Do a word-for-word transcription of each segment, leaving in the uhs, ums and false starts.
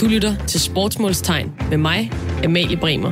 Du lytter til Sportsmålstegn med mig, Amalie Bremer.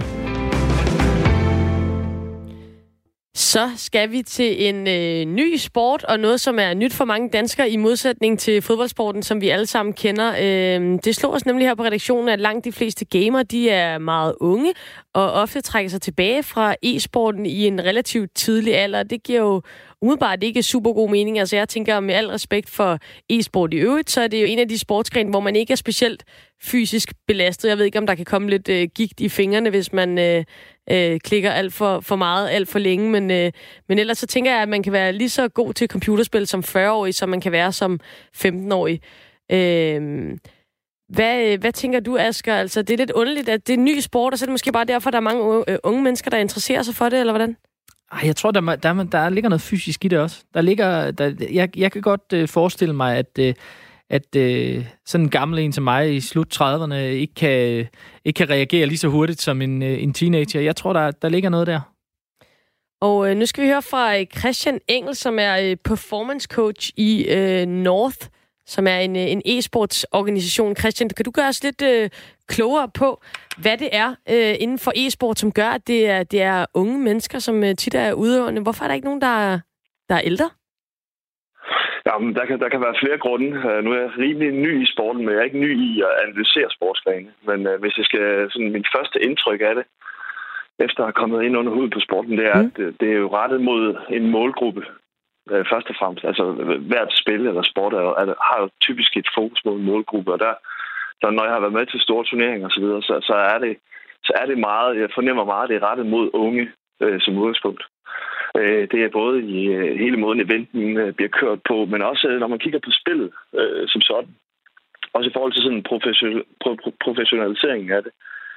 Så skal vi til en øh, ny sport, og noget, som er nyt for mange danskere i modsætning til fodboldsporten, som vi alle sammen kender. Øh, det slår os nemlig her på redaktionen, at langt de fleste gamere, de er meget unge, og ofte trækker sig tilbage fra e-sporten i en relativt tidlig alder. Det giver jo umiddelbart ikke super god mening. Altså jeg tænker, med al respekt for e-sport i øvrigt, så er det jo en af de sportsgrene, hvor man ikke er specielt fysisk belastet. Jeg ved ikke, om der kan komme lidt øh, gigt i fingrene, hvis man øh, øh, klikker alt for, for meget, alt for længe. Men, øh, men ellers så tænker jeg, at man kan være lige så god til computerspil som fyrre-årig, som man kan være som femten-årig. Øh, hvad, hvad tænker du, Asger? Altså, det er lidt underligt, at det er en ny sport, og så er det måske bare derfor, at der er mange unge, øh, unge mennesker, der interesserer sig for det, eller hvordan? Ej, jeg tror, der, der, der ligger noget fysisk i det også. Der ligger, der, jeg, jeg kan godt øh, forestille mig, at, øh, at øh, sådan en gammel en som mig i slut trediverne ikke kan, ikke kan reagere lige så hurtigt som en, øh, en teenager. Jeg tror, der, der ligger noget der. Og øh, nu skal vi høre fra øh, Christian Engel, som er øh, performance coach i øh, North, som er en, øh, en e-sportsorganisation. Christian, kan du gøre os lidt øh, klogere på, hvad det er øh, inden for e-sport, som gør, at det er, det er unge mennesker, som øh, tit er udøvende? Hvorfor er der ikke nogen, der er, der er ældre? Jamen, der kan, der kan være flere grunde. Uh, nu er jeg rimelig ny i sporten, men jeg er ikke ny i at analysere sportsgrene. Men uh, hvis jeg skal, sådan min første indtryk af det, efter at have kommet ind under huden på sporten, det er, mm. at det, det er jo rettet mod en målgruppe. Uh, først og fremmest. Altså, hvert spil eller sport er, er, har jo typisk et fokus mod en målgruppe, og der, der når jeg har været med til store turneringer og så videre, så, så, er det, så er det meget, jeg fornemmer meget, at det er rettet mod unge uh, som udgangspunkt. Det er både i hele måden, eventen bliver kørt på, men også når man kigger på spillet øh, som sådan. Også i forhold til sådan en professional, pro- professionalisering af det.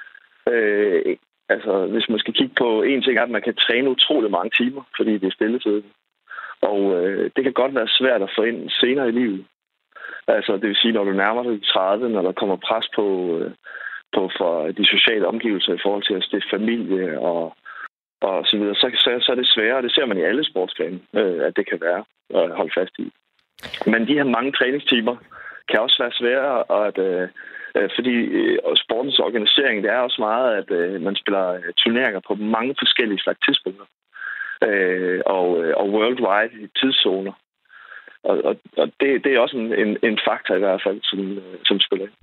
Øh, altså, hvis man skal kigge på en ting, er, at man kan træne utrolig mange timer, fordi det er stillesiddende. Og øh, det kan godt være svært at få ind senere i livet. Altså, det vil sige, når du nærmer dig tredive, når der kommer pres på, øh, på for de sociale omgivelser i forhold til at stifte familie og og så videre, så, så, så er det sværere, det ser man i alle sportsgrene, øh, at det kan være at holde fast i. Men de her mange træningstimer kan også være svære, at, øh, fordi øh, sportens organisering, det er også meget, at øh, man spiller turneringer på mange forskellige slags tidspunkter, øh, og, og worldwide i tidszoner. Og, og, og det, det er også en, en, en faktor i hvert fald, som, som spiller ind.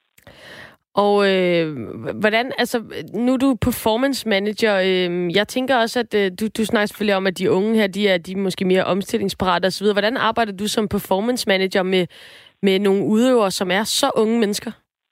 Og øh, hvordan, altså, nu er du performance manager. Øh, jeg tænker også, at øh, du, du snakker selvfølgelig om, at de unge her, de er, de er måske mere omstillingsparate osv. Hvordan arbejder du som performance manager med, med nogle udøvere, som er så unge mennesker?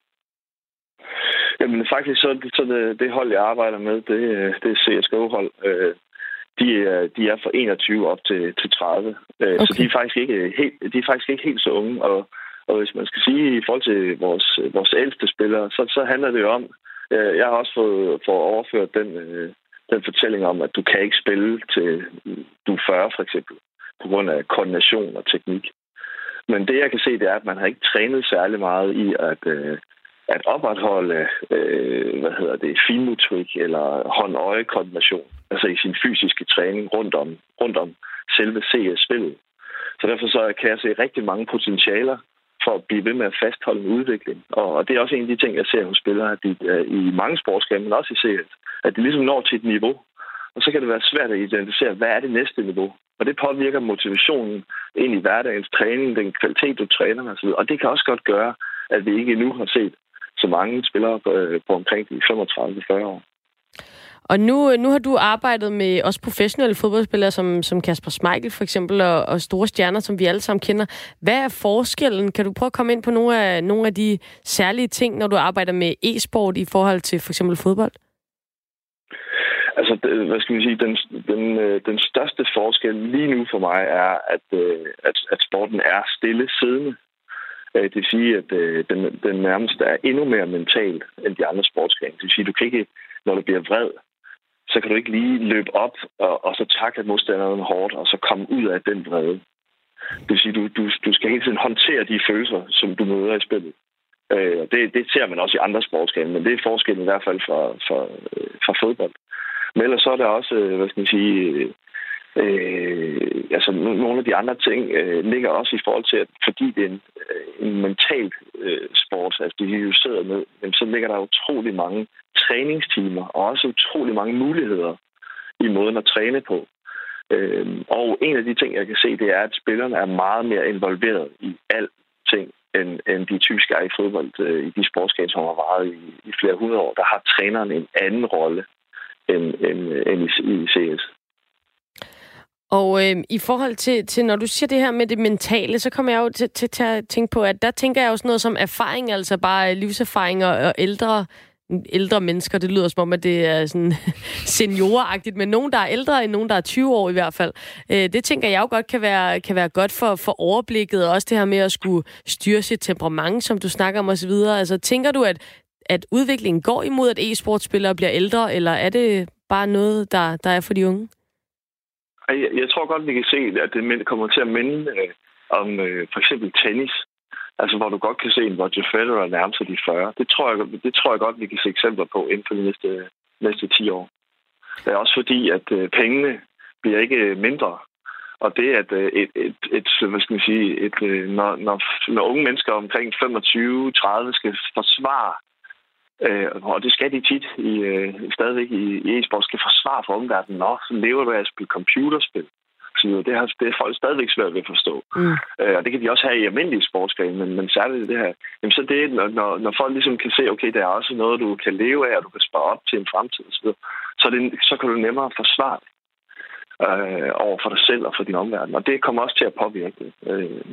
Jamen faktisk, så, så det, det hold, jeg arbejder med, det, det er C S G O-hold. De er, de er fra enogtyve op til, til tredive. Okay. Så de er, faktisk ikke helt, de er faktisk ikke helt så unge, og Og hvis man skal sige i forhold til vores, vores ældste spillere, så, så handler det jo om, øh, jeg har også fået, fået overført den, øh, den fortælling om, at du kan ikke spille til du er fyrre for eksempel, på grund af koordination og teknik. Men det jeg kan se, det er, at man har ikke trænet særlig meget i at, øh, at opretholde øh, hvad hedder det, finmotorik eller hånd-øje-koordination, altså i sin fysiske træning rundt om, rundt om selve C S-spillet. Så derfor så kan jeg se rigtig mange potentialer for at blive ved med at fastholde en udvikling. Og det er også en af de ting, jeg ser hos spillere, at de, i mange sportsgrene, men også i C S, at de ligesom når til et niveau. Og så kan det være svært at identificere, hvad er det næste niveau. Og det påvirker motivationen ind i hverdagens træning, den kvalitet, du træner osv. Og det kan også godt gøre, at vi ikke endnu har set så mange spillere på omkring de femogtredive til fyrre år. Og nu, nu har du arbejdet med også professionelle fodboldspillere, som, som Kasper Schmeichel for eksempel, og, og store stjerner, som vi alle sammen kender. Hvad er forskellen? Kan du prøve at komme ind på nogle af, nogle af de særlige ting, når du arbejder med e-sport i forhold til for eksempel fodbold? Altså, hvad skal vi sige, den, den, den største forskel lige nu for mig er, at, at, at sporten er stille siddende. Det vil sige, at den, den nærmest er endnu mere mental end de andre sportsgrene. Det vil sige, at du kan ikke, når du bliver vred, så kan du ikke lige løbe op og, og så takle modstanderen hårdt, og så komme ud af den vrede. Det vil sige, du, du, du skal hele tiden håndtere de følelser, som du møder i spillet. Øh, det, det ser man også i andre sportsgrene, men det er forskellen i hvert fald fra, fra, fra fodbold. Men ellers så er der også, hvad skal man sige, øh, altså nogle af de andre ting øh, ligger også i forhold til, at fordi det er en, en mentalt øh, sport, altså det er justeret ned, jamen, så ligger der utrolig mange træningstimer og også utrolig mange muligheder i måden at træne på. Øh, og en af de ting, jeg kan se, det er, at spillerne er meget mere involveret i alting, end, end de typisk er i fodbold. Øh, I de sportsgrene, som har varet i, i flere hundrede år, der har træneren en anden rolle end, end, end i, i C S. Og øh, i forhold til, til, når du siger det her med det mentale, så kommer jeg jo til, til, til at tænke på, at der tænker jeg også noget som erfaring, altså bare livserfaring og, og ældre, ældre mennesker. Det lyder som om, at det er sådan senioragtigt, men nogen, der er ældre end nogen, der er tyve år i hvert fald. Øh, det tænker jeg jo godt kan være, kan være godt for, for overblikket, og også det her med at skulle styre sit temperament, som du snakker om osv. Altså, tænker du, at, at udviklingen går imod, at e-sportspillere bliver ældre, eller er det bare noget, der, der er for de unge? Jeg, jeg tror godt, vi kan se, at det kommer til at minde øh, om øh, for eksempel tennis. Altså, hvor du godt kan se en Roger Federer nærme sig de fyrre. Det tror, jeg, det tror jeg godt, vi kan se eksempler på inden for de næste, næste ti år. Det er også fordi, at øh, pengene bliver ikke mindre. Og det, at øh, et, et, et, hvad skal man sige, et, øh, når, når, når unge mennesker omkring femogtyve til tredive skal forsvare, øh, og det skal de tit i, øh, stadigvæk i, i e-sport, skal forsvare for omverdenen, nå, så lever du af at spille computerspil. Det har, det er folk stadigvæk svært ved at forstå. Mm. Øh, og det kan de også have i almindelige sportsgrene, men, men særligt det her. Jamen, så det, når, når folk ligesom kan se, okay, der er også noget, du kan leve af, og du kan spare op til en fremtid, så, så, det, så kan du nemmere forsvare det øh, over for dig selv og for din omverden. Og det kommer også til at påvirke det. Øh.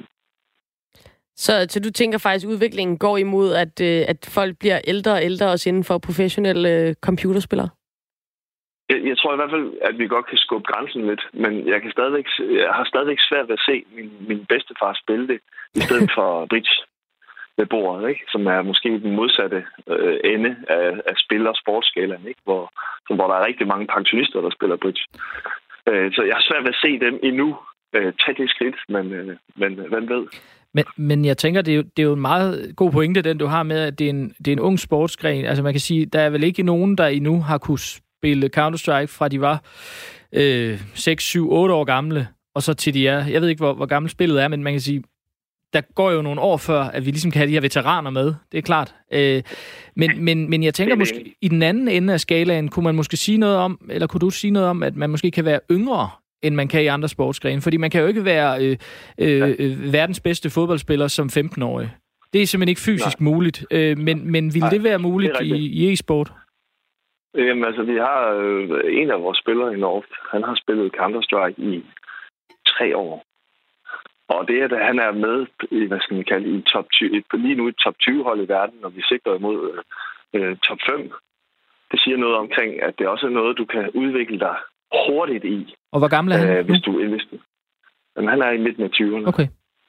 Så, så du tænker faktisk, at udviklingen går imod, at, øh, at folk bliver ældre og ældre også inden for professionelle øh, computerspillere? Jeg, jeg tror i hvert fald, at vi godt kan skubbe grænsen lidt, men jeg, kan stadigvæk, jeg har stadigvæk svært ved at se min, min bedstefar spille det, i stedet for bridge ved bordet, ikke? Som er måske den modsatte øh, ende af, af spil- og sportsskalaen, ikke? Hvor, hvor der er rigtig mange pensionister, der spiller bridge. Øh, så jeg har svært ved at se dem endnu øh, tage det skridt, men, øh, men hvem ved? Men, men jeg tænker, det er, jo, det er jo en meget god pointe, den du har med, at det er en, det er en ung sportsgren. Altså man kan sige, der er vel ikke nogen, der endnu har kunne spille Counter-Strike fra de var øh, seks, syv, otte år gamle, og så til de er, jeg ved ikke, hvor, hvor gammelt spillet er, men man kan sige, der går jo nogle år før, at vi ligesom kan have de her veteraner med, det er klart. Øh, men, men, men jeg tænker måske, i den anden ende af skalaen, kunne man måske sige noget om, eller kunne du sige noget om, at man måske kan være yngre, end man kan i andre sportsgrene? Fordi man kan jo ikke være øh, øh, øh, verdens bedste fodboldspiller som femten-årig. Det er simpelthen ikke fysisk Nej. muligt. Øh, men, men ville Nej, det være muligt det i, i e-sport? Jamen altså, vi har øh, en af vores spillere i Norge. Han har spillet Counter-Strike i tre år. Og det er, at han er med i, hvad skal man kalde, i top tyve, lige nu i top tyve-hold i verden, og vi sigter imod øh, top fem. Det siger noget omkring, at det også er noget, du kan udvikle dig hurtigt i. Og hvor gammel er han? Øh, hvis du investerer. Jamen, han er i midten af tyverne. Okay.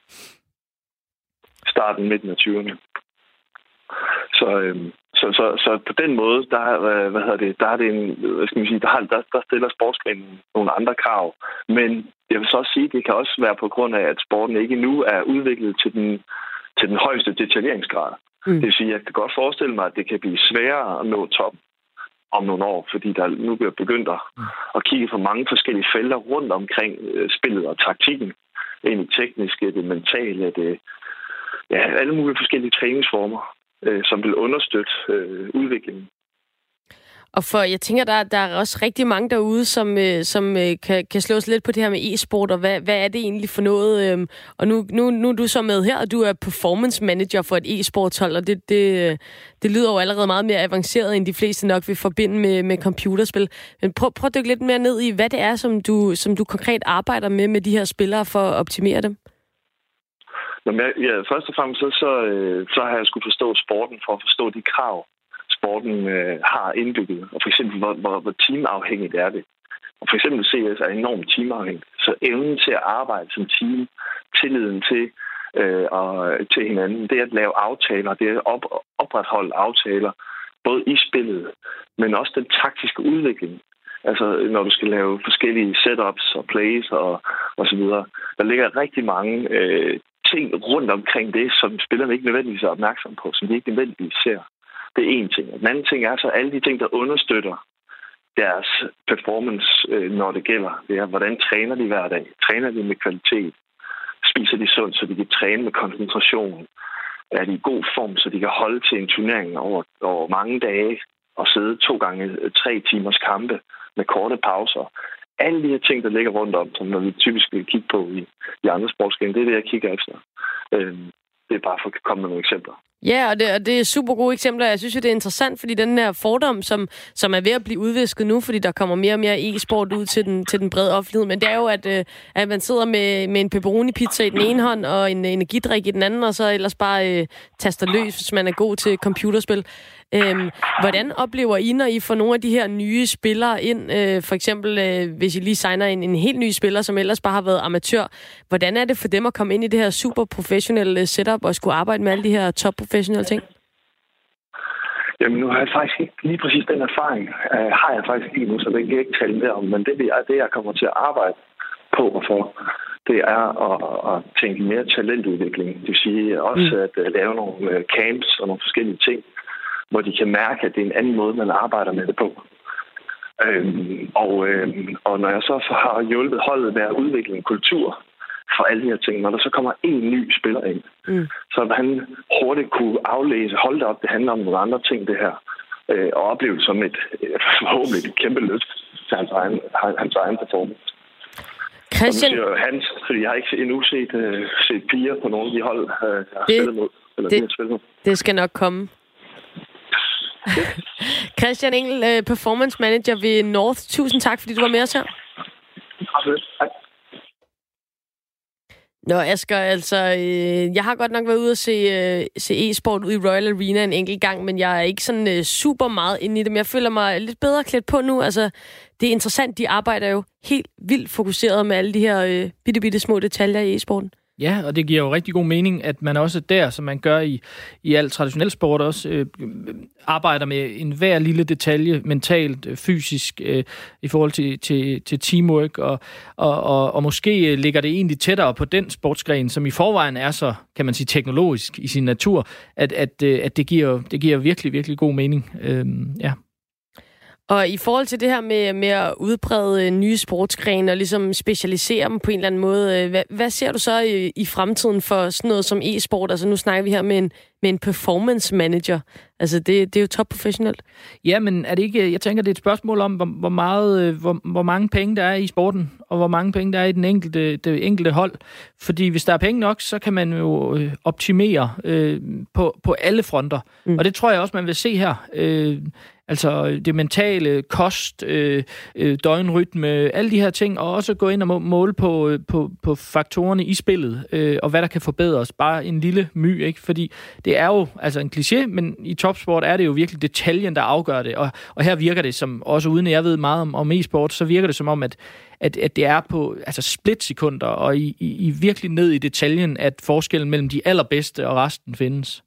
Starten midten af tyverne. Så, øhm, så, så, så på den måde, der, øh, hvad hedder det, der er det en, hvad skal man sige, der, har, der, der stiller sportsgrenen nogle andre krav. Men jeg vil så også sige, at det kan også være på grund af, at sporten ikke endnu er udviklet til den, til den højeste detaljeringsgrad. Mm. Det vil sige, at jeg kan godt forestille mig, at det kan blive sværere at nå top om nogle år, fordi der nu bliver begyndt at, at kigge på mange forskellige felter rundt omkring øh, spillet og taktikken. Egentlig tekniske, det mentale, det, ja, alle mulige forskellige træningsformer, øh, som vil understøtte øh, udviklingen. Og for, jeg tænker, der, der er også rigtig mange derude, som, øh, som øh, kan, kan slå sig lidt på det her med e-sport, og hvad, hvad er det egentlig for noget? Øh, og nu, nu, nu er du så med her, og du er performance manager for et e-sportshold, og det, det, det lyder jo allerede meget mere avanceret, end de fleste nok vil forbinde med, med computerspil. Men prøv, prøv at dykke lidt mere ned i, hvad det er, som du, som du konkret arbejder med med de her spillere for at optimere dem. Jamen, jeg, ja, først og fremmest så, så, øh, så har jeg skulle forstå sporten for at forstå de krav, sporten øh, har indbygget, og for eksempel, hvor, hvor, hvor teamafhængigt er det. Og for eksempel C S er enormt teamafhængigt. Så evnen til at arbejde som team, tilliden til, øh, og, til hinanden, det at lave aftaler, det at op, opretholde aftaler, både i spillet, men også den taktiske udvikling. Altså, når du skal lave forskellige setups og plays og, og så videre. Der ligger rigtig mange øh, ting rundt omkring det, som spillerne ikke nødvendigvis er opmærksom på, som de ikke nødvendigvis ser. Det er en ting. Den anden ting er så alle de ting, der understøtter deres performance, øh, når det gælder. Det er, hvordan træner de hver dag? Træner de med kvalitet? Spiser de sundt, så de kan træne med koncentration? er de i god form, så de kan holde til en turnering over, over mange dage og sidde to gange tre timers kampe med korte pauser. Alle de her ting, der ligger rundt om, som når vi typisk vil kigge på i, i andre sportsgrene, det er det, jeg kigger efter. Øhm, det er bare for at komme med nogle eksempler. Ja, og det, og det er super gode eksempler. Jeg synes jo, det er interessant, fordi den her fordom, som, som er ved at blive udvisket nu, fordi der kommer mere og mere e-sport ud til den, til den brede offentlighed, men det er jo, at, at man sidder med, med en pepperoni-pizza i den ene hånd og en energidrik i den anden, og så ellers bare øh, taster løs, hvis man er god til computerspil. Øhm, hvordan oplever I, når I får nogle af de her nye spillere ind? Øh, for eksempel, øh, hvis I lige signer en, en helt ny spiller, som ellers bare har været amatør. Hvordan er det for dem at komme ind i det her super professionelle setup og skulle arbejde med alle de her top professionelle ting? Jamen, nu har jeg faktisk ikke lige præcis den erfaring. Uh, har jeg faktisk ikke nu, så det kan jeg ikke tale mere om. Men det er det, jeg kommer til at arbejde på og for. Det er at, at tænke mere talentudvikling. Det vil sige også mm. at uh, lave nogle uh, camps og nogle forskellige ting, hvor de kan mærke, at det er en anden måde, man arbejder med det på. Øhm, og, øhm, og når jeg så har hjulpet holdet med at udvikle en kultur for alle de her ting, når der så kommer en ny spiller ind, mm. så han hurtigt kunne aflæse, hold det op, det handler om nogle andre ting, det her, øh, og opleve det som et øh, forhåbentlig et kæmpe løft til hans egen, hans egen performance. Christian... Hans, fordi jeg har ikke endnu set, øh, set piger på nogle af de hold, øh, jeg har det, spillet mod. Eller det, de har spillet mod. Det skal nok komme. Christian Engel, performance manager ved North. Tusind tak, fordi du var med os her. Tak. Nå, Asger, altså, øh, jeg har godt nok været ude og se, øh, se e-sport ude i Royal Arena en enkelt gang, men jeg er ikke sådan øh, super meget inde i det, men jeg føler mig lidt bedre klædt på nu. Altså, det er interessant, de arbejder jo helt vildt fokuseret med alle de her øh, bitte, bitte små detaljer i e-sporten. Ja, og det giver jo rigtig god mening, at man også der, som man gør i, i al traditionel sport også, øh, arbejder med en hver lille detalje, mentalt, fysisk, øh, i forhold til, til, til teamwork, og, og, og, og måske ligger det egentlig tættere på den sportsgren, som i forvejen er så, kan man sige, teknologisk i sin natur, at, at, at det, giver, det giver virkelig, virkelig god mening. Øh, ja. Og i forhold til det her med, med at udbrede nye sportsgrene og ligesom specialisere dem på en eller anden måde, hvad, hvad ser du så i, i fremtiden for sådan noget som e-sport? Altså nu snakker vi her med en, med en performance manager. Altså det, det er jo top professionelt. Ja, men er det ikke, jeg tænker, det er et spørgsmål om, hvor, hvor, meget, hvor, hvor mange penge der er i sporten, og hvor mange penge der er i den enkelte, det enkelte hold. Fordi hvis der er penge nok, så kan man jo øh, optimere øh, på, på alle fronter. Mm. Og det tror jeg også, man vil se her. Øh, Altså det mentale, kost, øh, øh, døgnrytme, alle de her ting, og også gå ind og måle på, på, på faktorerne i spillet, øh, og hvad der kan forbedres. Bare en lille my, ikke? Fordi det er jo altså en kliché, men i topsport er det jo virkelig detaljen, der afgør det. Og, og her virker det som, også uden at jeg ved meget om, om e-sport, så virker det som om, at, at, at det er på altså splitsekunder, og i, i, i virkelig ned i detaljen, at forskellen mellem de allerbedste og resten findes.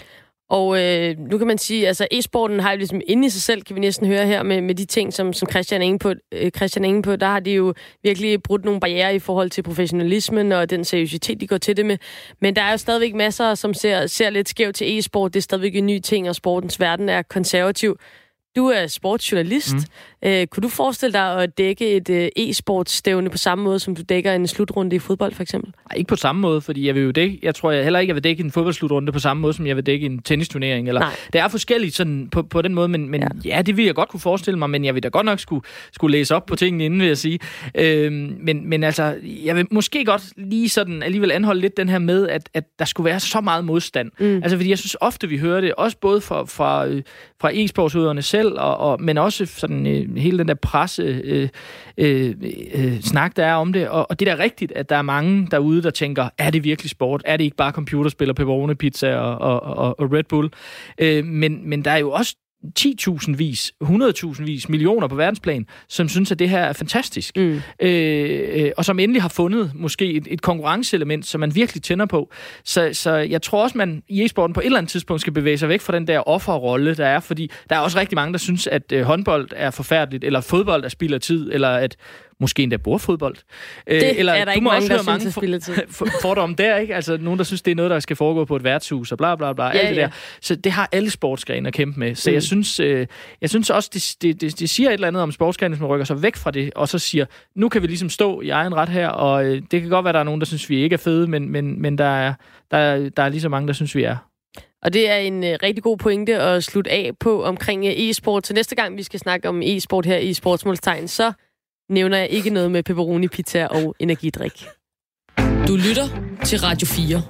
Og øh, nu kan man sige, altså e-sporten har jo ligesom inde i sig selv, kan vi næsten høre her, med, med de ting, som, som Christian er inde på, øh, Christian er inde på, der har de jo virkelig brudt nogle barrierer i forhold til professionalismen og den seriøsitet, de går til det med. Men der er jo stadigvæk masser, som ser, ser lidt skævt til e-sport. Det er stadigvæk en ny ting, og sportens verden er konservativ. Du er sportsjournalist. Mm. Øh, kunne du forestille dig at dække et øh, e-sportsstævne på samme måde, som du dækker en slutrunde i fodbold, for eksempel? Nej, ikke på samme måde, fordi jeg vil jo dække, jeg tror jeg heller ikke, jeg vil dække en fodboldslutrunde på samme måde, som jeg vil dække en tennisturnering. Eller, det er forskelligt sådan på, på den måde, men, men ja. ja, det vil jeg godt kunne forestille mig, men jeg vil da godt nok skulle, skulle læse op på tingene inden, vil jeg sige. Øh, men, men altså, jeg vil måske godt lige sådan alligevel anholde lidt den her med, at, at der skulle være så meget modstand. Mm. Altså, fordi jeg synes ofte, vi hører det, også både fra, fra, fra e-sportsudøverne selv, Og, og, men også sådan øh, hele den der presse øh, øh, øh, snak, der er om det. Og, og det er da rigtigt, at der er mange derude, der tænker, er det virkelig sport? Er det ikke bare computerspil og pepperoni-pizza og, og, og, og Red Bull? Øh, men, men der er jo også ti tusindvis, hundrede tusindvis, millioner på verdensplan, som synes, at det her er fantastisk. Mm. Øh, og som endelig har fundet måske et, et konkurrenceelement, som man virkelig tænder på. Så, så jeg tror også, man i e-sporten på et eller andet tidspunkt skal bevæge sig væk fra den der offerrolle, der er, fordi der er også rigtig mange, der synes, at øh, håndbold er forfærdeligt, eller fodbold er spild af tid, eller at måske endda bordfodbold. Det eller, er der ikke mange, der synes, spilletid. Fordomme der, ikke? Altså nogen, der synes, det er noget, der skal foregå på et værtshus og bla bla bla. Ja, alt det ja. der. Så det har alle sportsgrene at kæmpe med. Så mm. jeg synes, øh, jeg synes også, det, det, det, det siger et eller andet om sportsgrene, som rykker sig væk fra det, og så siger, nu kan vi ligesom stå i egen ret her, og øh, det kan godt være, der er nogen, der synes, vi ikke er fede, men, men, men der, er, der, der er lige så mange, der synes, vi er. Og det er en uh, rigtig god pointe at slutte af på omkring uh, e-sport. Så næste gang, vi skal snakke om e-sport her i Sportsmålstegn, så nævner jeg ikke noget med pepperoni, pizza og energidrik. Du lytter til Radio fire.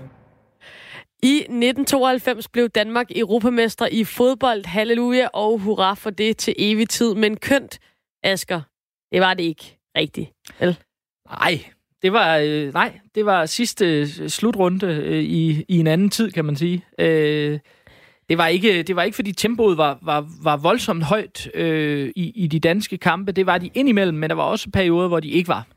I nitten tooghalvfems blev Danmark europamester i fodbold. Halleluja og hurra for det til evig tid. Men kønt, Asger, det var det ikke rigtigt, vel? Nej, det var øh, nej, det var sidste øh, slutrunde øh, i, i en anden tid, kan man sige. Øh, det var ikke det var ikke fordi tempoet var var var voldsomt højt øh, i i de danske kampe. Det var de indimellem, men der var også perioder, hvor de ikke var.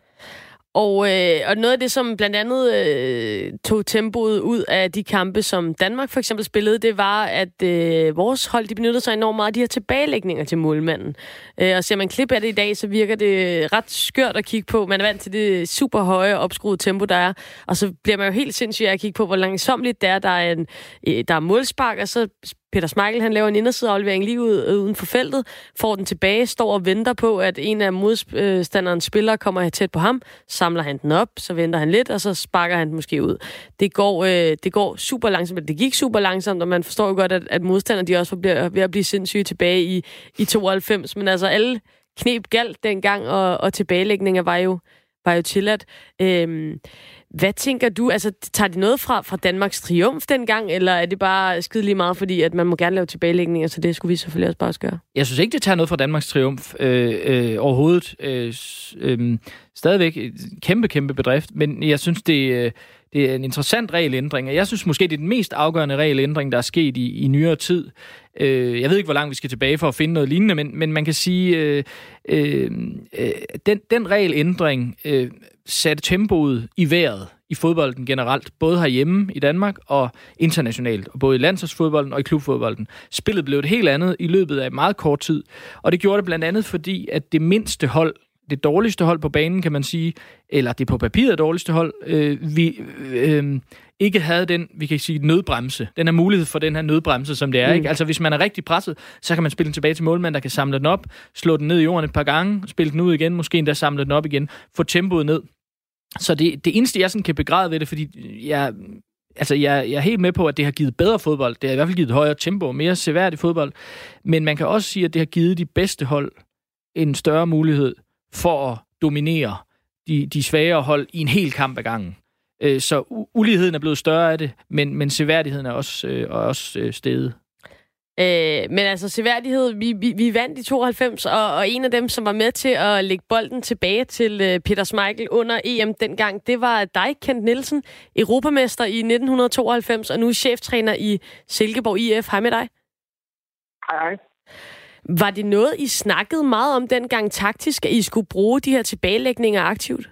Og, øh, og noget af det, som blandt andet øh, tog tempoet ud af de kampe, som Danmark for eksempel spillede, det var, at øh, vores hold, de benyttede sig enormt meget af de her tilbagelægninger til målmanden. Øh, og ser man klip af det i dag, så virker det ret skørt at kigge på. Man er vant til det super høje, opskruede tempo, der er. Og så bliver man jo helt sindssygt af at kigge på, hvor langsomligt det er. Der er, en, øh, der er målspark, og så Peter Schmeichel, han laver en indersideaflevering lige ud, øh, uden for feltet, får den tilbage, står og venter på, at en af modstanderens spillere kommer tæt på ham, samler han den op, så venter han lidt, og så sparker han den måske ud. Det går, øh, det går super langsomt, det gik super langsomt, og man forstår jo godt, at, at modstanderne de også bliver ved at blive sindssyge tilbage i, i tooghalvfems, men altså alle knep galt dengang, og, og tilbagelægninger var jo, var jo tilladt. Øhm, Hvad tænker du? Altså, tager de noget fra, fra Danmarks triumf dengang, eller er det bare skide lige meget, fordi at man må gerne lave tilbagelægninger, så det skulle vi selvfølgelig også bare gøre? Jeg synes ikke, det tager noget fra Danmarks triumf øh, øh, overhovedet. Øh, øh, stadigvæk et kæmpe, kæmpe bedrift, men jeg synes, det, øh, det er en interessant regelændring, og jeg synes måske, det er den mest afgørende regelændring, der er sket i, i nyere tid. Øh, jeg ved ikke, hvor langt vi skal tilbage for at finde noget lignende, men, men man kan sige, øh, øh, den, den regelændring øh, satte tempoet i vejret i fodbolden generelt, både herhjemme i Danmark og internationalt, og både i landsholdsfodbolden og i klubfodbolden. Spillet blev et helt andet i løbet af meget kort tid, og det gjorde det blandt andet fordi, at det mindste hold, det dårligste hold på banen, kan man sige, eller det på papiret dårligste hold, øh, vi øh, ikke havde den, vi kan sige, nødbremse. Den er mulighed for den her nødbremse, som det er. Mm. Ikke? Altså, hvis man er rigtig presset, så kan man spille den tilbage til målmanden, der kan samle den op, slå den ned i jorden et par gange, spille den ud igen, måske endda samle den op igen, få tempoet ned. Så det, det eneste, jeg sådan kan begræde ved det, fordi jeg, altså jeg, jeg er helt med på, at det har givet bedre fodbold. Det har i hvert fald givet højere tempo, mere seværdig fodbold. Men man kan også sige, at det har givet de bedste hold en større mulighed for at dominere de, de svagere hold i en hel kamp ad gangen. Så u- uligheden er blevet større af det, men, men seværdigheden er også, øh, også øh, steget. Øh, men altså seværdighed, vi, vi, vi vandt i tooghalvfems, og, og en af dem, som var med til at lægge bolden tilbage til øh, Peter Schmeichel under E M dengang, det var dig, Kent Nielsen, europamester i nitten tooghalvfems, og nu er cheftræner i Silkeborg I F. Hej med dig. Hej, hej. Var det noget, I snakkede meget om dengang taktisk, at I skulle bruge de her tilbagelægninger aktivt?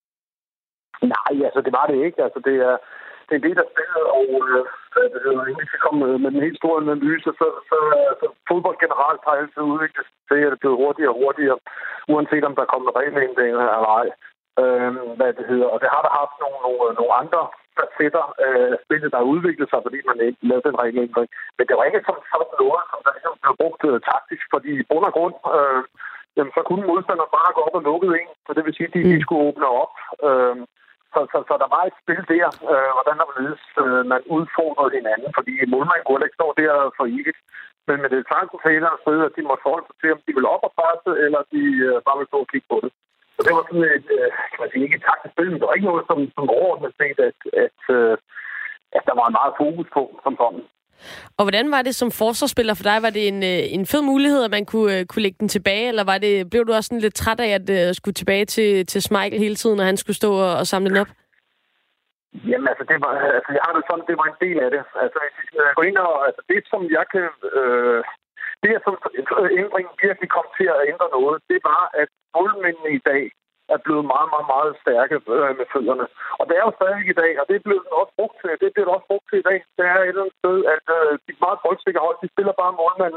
Nej, altså det var det ikke. Altså det er, det er en del af spillet, og øh, det hedder egentlig, at komme med den helt store analyse, så, så, så fodbold generelt har altid udviklet sig til, at det bliver hurtigere og hurtigere, uanset om der er kommet regelændringer eller ej. Øh, hvad det hedder. Og det har der haft nogle, nogle, nogle andre facetter af øh, spillet, der har udviklet sig, fordi man ikke lavede den regelændring. Men det var ikke som sådan noget, som der ligesom blev brugt øh, taktisk, fordi i bund og grund, øh, jamen, så kunne modstanderen bare gå op og lukke en. Så det vil sige, at de, de skulle åbne op. Øh, Så, så, så der var et spil der, øh, hvordan der ville øh, man udfordrede hinanden, fordi målmanden kunne ikke stå der for evigt. Men med det tanken til et sted, at de måtte forholde sig til, om de ville op og presse, eller de øh, bare ville stå og kigge på det. Så det var sådan et, øh, kan man sige, ikke et taktisk spil, men det var ikke noget, som, som overordnet set, at, at, øh, at der var en meget fokus på som sådan. Og hvordan var det som forsvarsspiller for dig? Var det en, en fed mulighed, at man kunne, kunne lægge den tilbage, eller var det, blev du også sådan lidt træt af at uh, skulle tilbage til, til Schmeichel hele tiden, når han skulle stå og, og samle den op? Jamen altså, det var, altså, jeg har det sådan, det var en del af det. Altså, hvis jeg går ind og, altså, det som jeg kan, øh, det som ændringen virkelig kom til at ændre noget, det var, at målmændene i dag er blevet meget, meget, meget stærke øh, med fødderne. Og det er jo stadig i dag, og det blev også brugt til, det bliver også brugt til i dag. Det er et eller andet sted, at øh, de meget boldsikre hold, de spiller bare målmanden,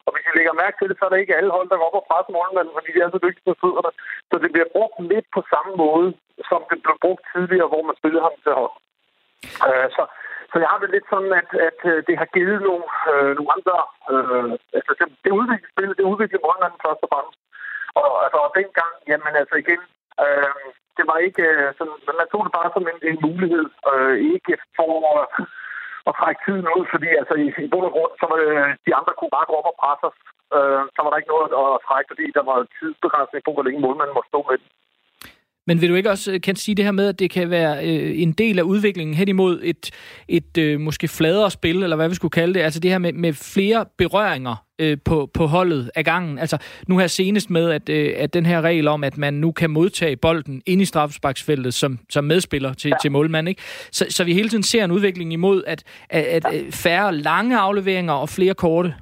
Og hvis I lægger mærke til det, så er det ikke alle hold, der går op og presser målmanden, fordi de er så dygtige på fødderne. Så det bliver brugt lidt på samme måde, som det blev brugt tidligere, hvor man spillede ham til hold. Øh, så, så jeg har det lidt sådan, at, at det har givet nogle, øh, nogle andre... Øh, altså det, det udvikler spillet, det udvikler målmanden først og fremmest. Og altså og dengang, jamen altså igen... Øh, det var ikke sådan, man tog det bare som en, en mulighed, øh, ikke for at, at trække tiden ud, fordi altså i, i bund og grund, så var det, de andre kunne bare gå op og presse os. Øh, så var der ikke noget at trække, fordi der var tidsbegrænsning på, hvor længe målmanden måtte stå med den. Men vil du ikke også kan sige det her med, at det kan være øh, en del af udviklingen hen imod et, et øh, måske fladere spil, eller hvad vi skulle kalde det, altså det her med, med flere berøringer øh, på, på holdet af gangen. Altså nu her senest med, at, øh, at den her regel om, at man nu kan modtage bolden ind i straffesparksfeltet som, som medspiller til, ja. til målmand, ikke? Så, så vi hele tiden ser en udvikling imod, at, at, at færre lange afleveringer og flere korte.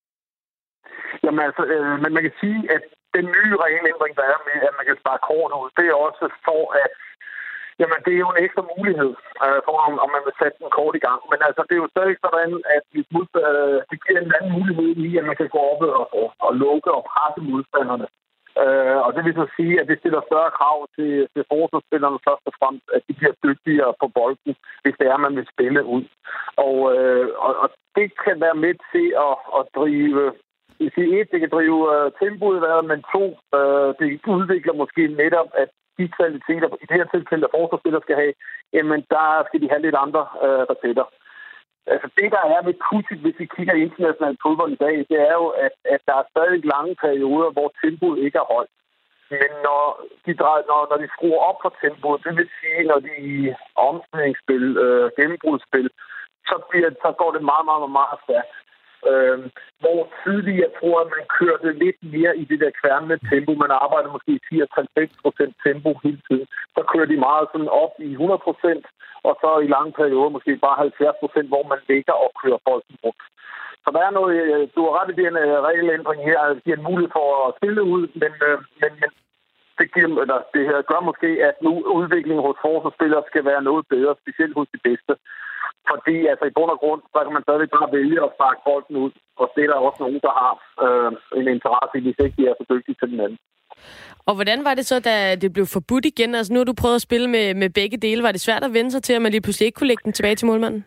Jamen altså, øh, men man kan sige, at den nye regelændring, der er med, at man kan spare kort ud, det er også for, at jamen, det er jo en ekstra mulighed øh, for, om, om man vil sætte den kort i gang. Men altså, det er jo stadig sådan, at hvis mod, øh, det giver en anden mulighed i, at man kan gå op og, og, og lukke og presse modstanderne. Øh, og det vil så sige, at det stiller større krav til, til forsvarsspillerne først og fremmest, at de bliver dygtigere på bolden, hvis det er, man vil spille ud. Og, øh, og, og det kan være med til at, at drive... I C et, det kan drive uh, tempoet, men to, uh, det udvikler måske netop, at de kvaliteter, i det her tilfælde, der forsvarsspillere skal have, jamen der skal de have lidt andre uh, facetter. Altså det, der er med pudsigt, hvis vi kigger internationalt fodbold i dag, det er jo, at, at der er stadig lange perioder, hvor tempoet ikke er højt. Men når de, drejer, når, når de skruer op for tempoet, det vil sige, når de i omstillingsspil, uh, gennembrudsspil, så, bliver, så går det meget, meget, meget stærkt. Øh, hvor tidligere, jeg tror, at man kørte lidt mere i det der kværnende tempo. Man arbejder måske i ti til halvfems procent tempo hele tiden. Så kører de meget sådan op i hundrede procent, og så i lange perioder måske bare halvfjerds procent, hvor man ligger og kører bolden rundt. Så der er noget, du har ret i den regelændring her, at det giver en mulighed for at spille ud, men, men, men det, giver, eller det her gør måske, at nu udviklingen hos forsvarsspillere skal være noget bedre, specielt hos de bedste. Fordi altså i bund og grund, så kan man stadig bare vælge at sparke bolden ud, og det er der også nogen, der har øh, en interesse i, hvis ikke de er så dygtige til den anden. Og hvordan var det så, da det blev forbudt igen? Altså nu har du prøvet at spille med, med begge dele. Var det svært at vende sig til, at man lige pludselig ikke kunne lægge den tilbage til målmanden?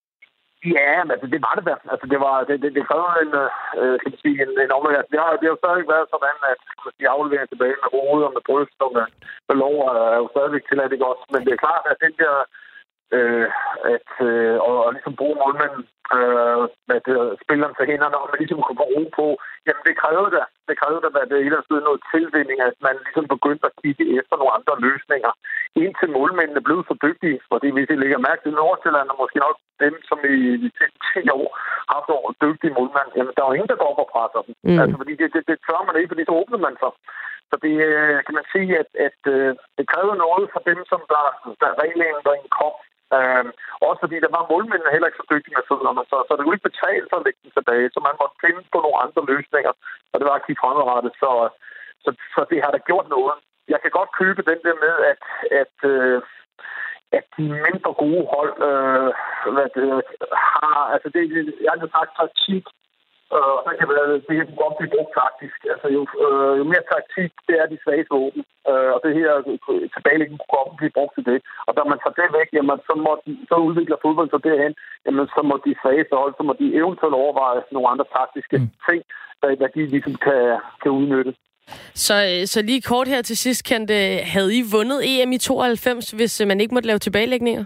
Ja, men altså, det var det da. Altså det var det, det, det krævede en, øh, kan man sige, en, en omlægning. Det har, det har jo stadig været sådan, at de afleverer tilbage med hovedet og med bryst og med, med lov er jo stadigvæk tilladt, ikke også? Men det er klart, at den der Øh, at øh, og, og ligesom bruge målmanden øh, at øh, spilleren til hænderne, og man ligesom kunne få ro på. Jamen det krævede da. Det krævede da, at det ellers blev noget tilvinding, at man ligesom begyndte at kigge efter nogle andre løsninger. Indtil målmændene blev så dygtige, fordi hvis I lægger mærke til Nordsjælland, og måske nok dem, som i de ti år har haft nogle dygtige målmænd, jamen der er jo ingen, der går op og presser dem. Mm. Altså fordi det, det, det tør man ikke, fordi så åbner man sig. Så det kan man sige, at, at, at det krævede noget for dem, som der, der regelændringen kom. Uh, også fordi der var målmændene heller ikke så dygtige med fødderne, så, så det kunne ikke betale sig at lægge den tilbage, så man måtte finde på nogle andre løsninger, og det var at kigge fremadrettet, så, så, så det har da gjort noget. Jeg kan godt købe den der med, at, at, uh, at de mindre gode hold uh, hvad det, har, altså det, jeg har sagt taktik, og uh, det kan være, det kan godt blive brugt taktisk. Altså jo, uh, jo mere taktik, det er de svage våben. Uh, og det her tilbagelæggende kunne godt blive brugt til det. Og da man tager det væk, jamen, så, må, så udvikler fodbold så derhen, jamen, så må de svage hold, så må de eventuelt overveje nogle andre taktiske mm. ting, der, der de ligesom kan, kan udnytte. Så, så lige kort her til sidst, Kente, havde I vundet E M i tooghalvfems, hvis man ikke måtte lave tilbagelægninger?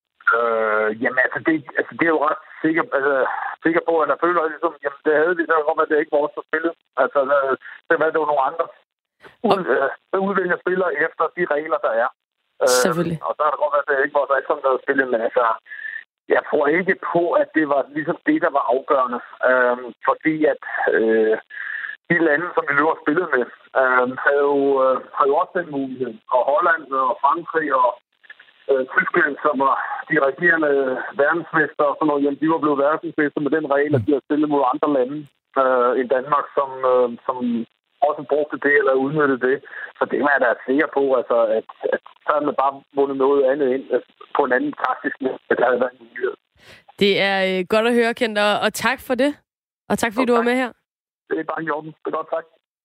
Uh, jamen altså det, altså, det er jo ret sikker, altså, sikker på, at jeg føler, at ligesom, jamen, det havde vi så om, at det ikke var os, der spillede. Altså, det var det jo nogle andre. Ud, øh, udvælger spillere efter de regler, der er. Selvfølgelig. Øh, og så er det godt, at det ikke var så ikke sådan noget spillet, men altså, jeg tror ikke på, at det var ligesom det, der var afgørende. Øh, fordi at øh, de lande, som vi løber og spillede med, øh, havde, jo, øh, havde jo også den mulighed. Og Holland og Frankrig og øh, Tyskland, som var de regerende verdensmester og sådan noget, jamen, de var blevet verdensmester med den regel, at de har spillet mod andre lande øh, end Danmark, som, øh, som også brugte det eller udnyttede det. Så det er jeg da sikker på, altså, at, at så har man bare vundet noget andet ind altså, på en anden taktisk måde. Det havde været en mulighed. Det er øh, godt at høre, Kent, og, og tak for det. Og tak fordi okay. du var med her. Det er bare i orden. Det er godt, tak.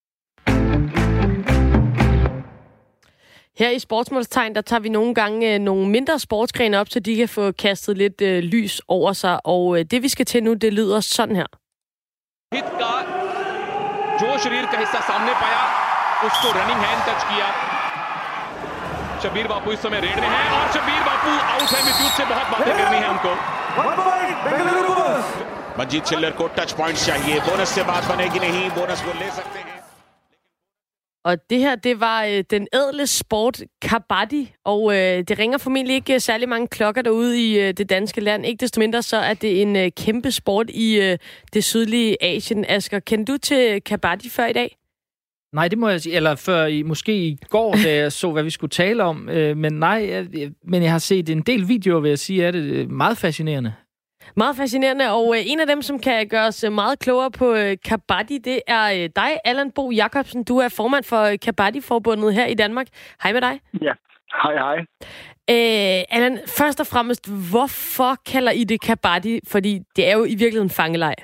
Her i Sportsmålstegn, der tager vi nogle gange øh, nogle mindre sportsgrene op, så de kan få kastet lidt øh, lys over sig. Og øh, det, vi skal til nu, det lyder sådan her. हित का जो शरीर का हिस्सा सामने पाया उसको रनिंग हैंड टच किया शबीर बापू इस समय रेड में है और शबीर बापू आउट है मिड्यूट से बहुत बातें करनी है हमको मंजीत चिल्लर को टच पॉइंट्स चाहिए बोनस से बात बनेगी नहीं बोनस वो ले सकते हैं. Og det her, det var øh, den ædle sport kabaddi, og øh, det ringer formentlig ikke særlig mange klokker derude i øh, det danske land. Ikke desto mindre, så er det en øh, kæmpe sport i øh, det sydlige Asien. Asger, kender du til kabaddi før i dag? Nej, det må jeg sige. Eller før i, måske i går, da jeg så, hvad vi skulle tale om. Øh, men nej, jeg, men jeg har set en del videoer, vil jeg sige, er det meget fascinerende. Meget fascinerende, og øh, en af dem, som kan gøre os meget klogere på øh, kabaddi, det er øh, dig, Allan Bo Jacobsen. Du er formand for øh, Kabaddi-forbundet her i Danmark. Hej med dig. Ja, hej hej. Øh, Allan, først og fremmest, hvorfor kalder I det kabaddi? Fordi det er jo i virkeligheden fangeleg.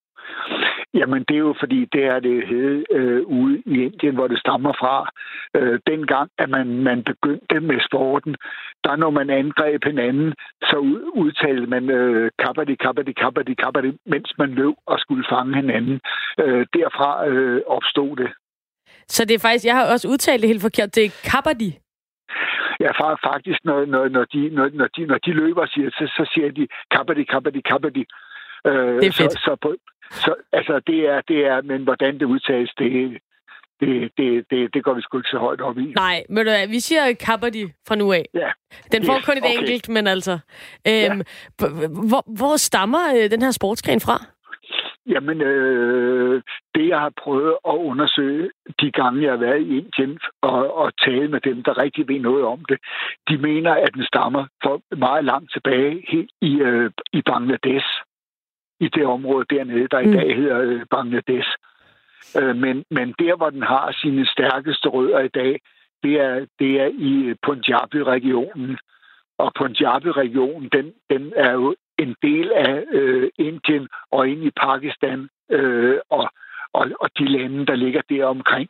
Jamen, det er jo fordi, det er det hed øh, ude i Indien, hvor det stammer fra. Øh, dengang, at man, man begyndte med sporten, der når man angreb hinanden, så udtalte man øh, kabaddi, kabaddi, kabaddi, kabaddi, mens man løb og skulle fange hinanden. Øh, derfra øh, opstod det. Så det er faktisk, jeg har også udtalt det helt forkert, det er kabaddi. Ja, faktisk, når, når, når, de, når, når, de, når de løber, siger, så, så siger de kabaddi, kabaddi, kabaddi. Øh, det er fedt. Så, så, på, så altså, det er, det er, men hvordan det udtales, det, det, det, det, det går vi sgu ikke så højt op i. Nej, men vi siger kabaddi fra nu af. Ja. Den får yes, kun et okay. enkelt, men altså. Ja. Øhm, hvor, hvor stammer den her sportsgren fra? Jamen, øh, det jeg har prøvet at undersøge de gange, jeg har været i Indien og, og tale med dem, der rigtig ved noget om det, de mener, at den stammer for meget langt tilbage helt i, øh, i Bangladesh. I det område dernede, der i dag hedder øh, Bangladesh. Øh, men, men der, hvor den har sine stærkeste rødder i dag, det er, det er i Punjabi-regionen. Og Punjabi-regionen, den, den er jo en del af øh, Indien og ind i Pakistan øh, og, og, og de lande, der ligger der omkring.